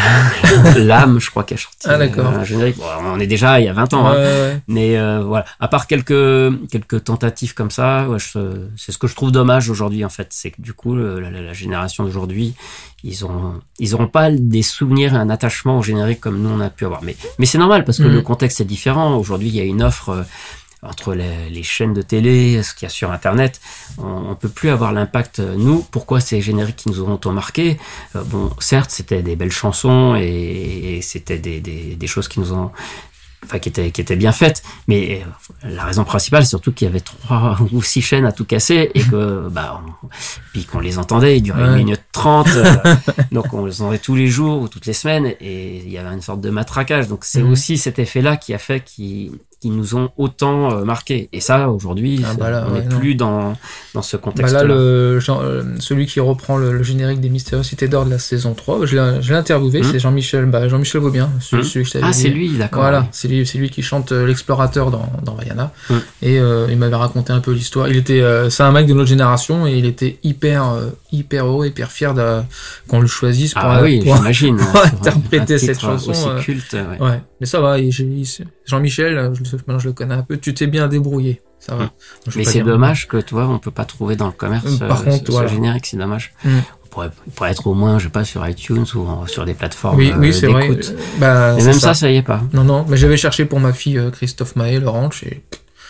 L'âme, je crois qu'elle a sorti ah, d'accord. un générique. Bon, on est déjà il y a vingt ans, ouais, hein. ouais. Mais euh, voilà. À part quelques quelques tentatives comme ça, ouais, je, c'est ce que je trouve dommage aujourd'hui en fait, c'est que du coup la, la, la génération d'aujourd'hui, ils ont ils auront pas des souvenirs et un attachement au générique comme nous on a pu avoir. Mais mais c'est normal parce que mmh. le contexte est différent. Aujourd'hui, il y a une offre euh, entre les, les chaînes de télé, ce qu'il y a sur Internet, on, on peut plus avoir l'impact. Nous, pourquoi ces génériques qui nous auront tant marqué? euh, Bon, certes, c'était des belles chansons et, et c'était des, des des choses qui nous ont enfin qui était qui était bien faite, mais la raison principale c'est surtout qu'il y avait trois ou six chaînes à tout casser et que bah on, puis qu'on les entendait, ils duraient ouais. une minute trente, euh, donc on les entendait tous les jours ou toutes les semaines et il y avait une sorte de matraquage. Donc c'est mmh. aussi cet effet-là qui a fait qu'ils qui nous ont autant euh, marqué. Et ça, aujourd'hui, ah bah là, on n'est ouais, plus dans, dans ce contexte-là. Bah là, le, genre, celui qui reprend le, le générique des Mystérieuses Cités d'Or de la saison trois, je l'ai, je l'ai interviewé, mmh. c'est Jean-Michel, bah, Jean-Michel Vaubien, celui, mmh. celui que je t'avais Ah, dit. c'est lui, d'accord. Voilà, oui. c'est lui, c'est lui qui chante euh, l'explorateur dans, dans Vaiana. Mmh. Et euh, il m'avait raconté un peu l'histoire. Il était, euh, c'est un mec de notre génération et il était hyper, euh, hyper heureux, hyper fier de, qu'on le choisisse pour, ah, euh, oui, pour, j'imagine, pour interpréter cette chanson. Aussi euh, culte, ouais. ouais. Mais ça va, il, il, Jean-Michel, je, maintenant je le connais un peu, tu t'es bien débrouillé, ça va. Mmh. Mais c'est dommage que, tu vois, on peut pas trouver dans le commerce Par euh, contre, ce, voilà. ce générique, c'est dommage. Mmh. On pourrait, il pourrait être au moins, je sais pas, sur iTunes ou en, sur des plateformes oui, oui, euh, c'est d'écoute. vrai. Bah, mais même ça. ça, ça y est pas. Non, non, mais j'avais cherché pour ma fille euh, Christophe Maé, le ranch, et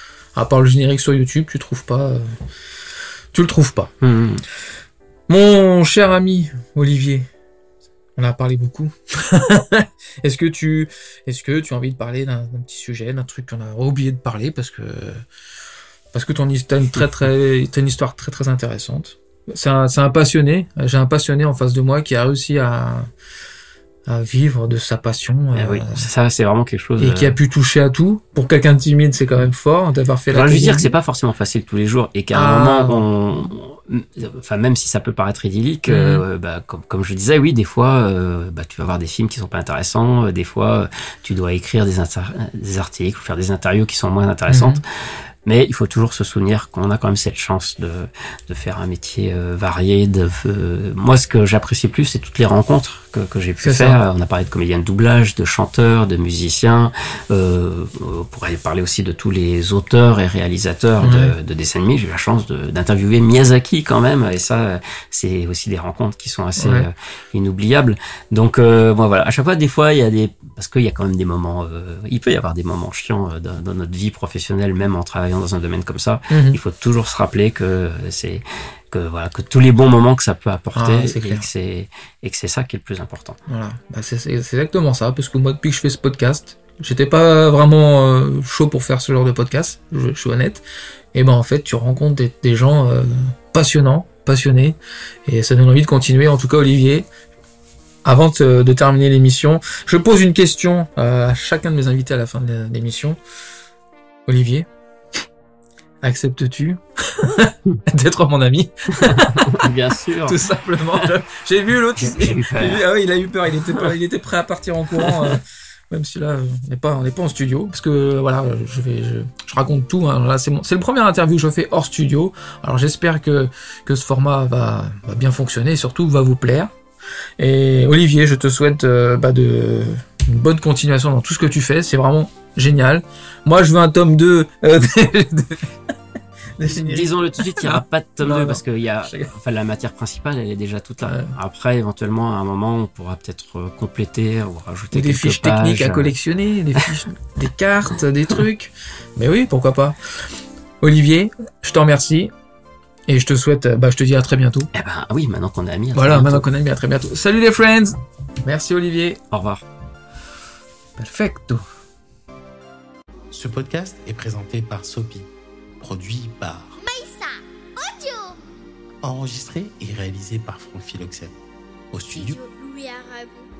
à part le générique sur YouTube, tu trouves pas, euh... tu le trouves pas. Mmh. Mon cher ami Olivier, on a parlé beaucoup. est-ce que tu, est-ce que tu as envie de parler d'un, d'un petit sujet, d'un truc qu'on a oublié de parler parce que, parce que ton t'as une très très, t'as une histoire très très intéressante. C'est un, c'est un passionné. J'ai un passionné en face de moi qui a réussi à, à vivre de sa passion. Eh euh, oui, ça c'est vraiment quelque chose. Et euh... qui a pu toucher à tout. Pour quelqu'un de timide, c'est quand même fort d'avoir fait la. Alors, je veux dire que c'est pas forcément facile tous les jours et qu'à ah. un moment, on, enfin même si ça peut paraître idyllique, mmh. euh, bah, comme comme je disais, oui, des fois, euh, bah tu vas voir des films qui sont pas intéressants. Euh, des fois, tu dois écrire des, inter- des articles ou faire des interviews qui sont moins intéressantes. Mmh. Mais il faut toujours se souvenir qu'on a quand même cette chance de, de faire un métier euh, varié. De, euh, moi, ce que j'apprécie plus, c'est toutes les rencontres que, que j'ai pu C'est faire. ça. On a parlé de comédiens de doublage, de chanteurs, de musiciens. Euh, on pourrait parler aussi de tous les auteurs et réalisateurs Ouais. de, de dessins animés. J'ai eu la chance de, d'interviewer Miyazaki quand même. Et ça, c'est aussi des rencontres qui sont assez Ouais. euh, inoubliables. Donc, euh, bon, voilà. À chaque fois, des fois, il y a des... Parce qu'il y a quand même des moments... Euh, il peut y avoir des moments chiants euh, dans, dans notre vie professionnelle, même en travaillant dans un domaine comme ça. Mhm. Il faut toujours se rappeler que c'est que voilà que tous les bons moments que ça peut apporter Ah, c'est et clair. que c'est et que c'est ça qui est le plus important. Voilà, bah, c'est c'est- c'est exactement ça, parce que moi, depuis que je fais ce podcast, j'étais pas vraiment euh, chaud pour faire ce genre de podcast, je, je suis honnête. Et ben en fait, tu rencontres des, des gens euh, passionnants, passionnés, et ça donne envie de continuer. En tout cas, Olivier, avant de, de terminer l'émission, je pose une question euh, à chacun de mes invités à la fin de l'émission. Olivier, acceptes-tu d'être mon ami? Bien sûr. Tout simplement. J'ai vu l'autre. J'ai- j'ai eu peur. J'ai vu- Ah oui, il a eu peur. Il était, pas- il était prêt à partir en courant. euh, même si là, on n'est pas, on n'est pas en studio, parce que voilà, je vais, je, je raconte tout. Hein. Là, c'est mon, c'est le premier interview que je fais hors studio. Alors j'espère que que ce format va, va bien fonctionner et surtout va vous plaire. Et Olivier, je te souhaite euh, bah, de une bonne continuation dans tout ce que tu fais. C'est vraiment génial. Moi, je veux un tome deux. Euh, de- de- des génériques. Disons-le tout de suite, il n'y aura pas de tome Non, deux non. parce que il y a, Je- enfin, la matière principale, elle est déjà toute là. Ouais. Après, éventuellement, à un moment, on pourra peut-être euh, compléter ou rajouter Ou des quelques fiches pages. techniques à collectionner, des fiches, des cartes, des trucs. Mais oui, pourquoi pas. Olivier, je te remercie. Et je te souhaite, bah, je te dis à très bientôt. Eh ben oui, maintenant qu'on est amis. à très Voilà, bientôt. maintenant qu'on est mis, à très bientôt. Salut les friends! Merci Olivier. Au revoir. Perfecto. Ce podcast est présenté par Sopi, produit par Maïssa Audio enregistré et réalisé par Franck Philoxène. Au studio Studio Louis Aragon.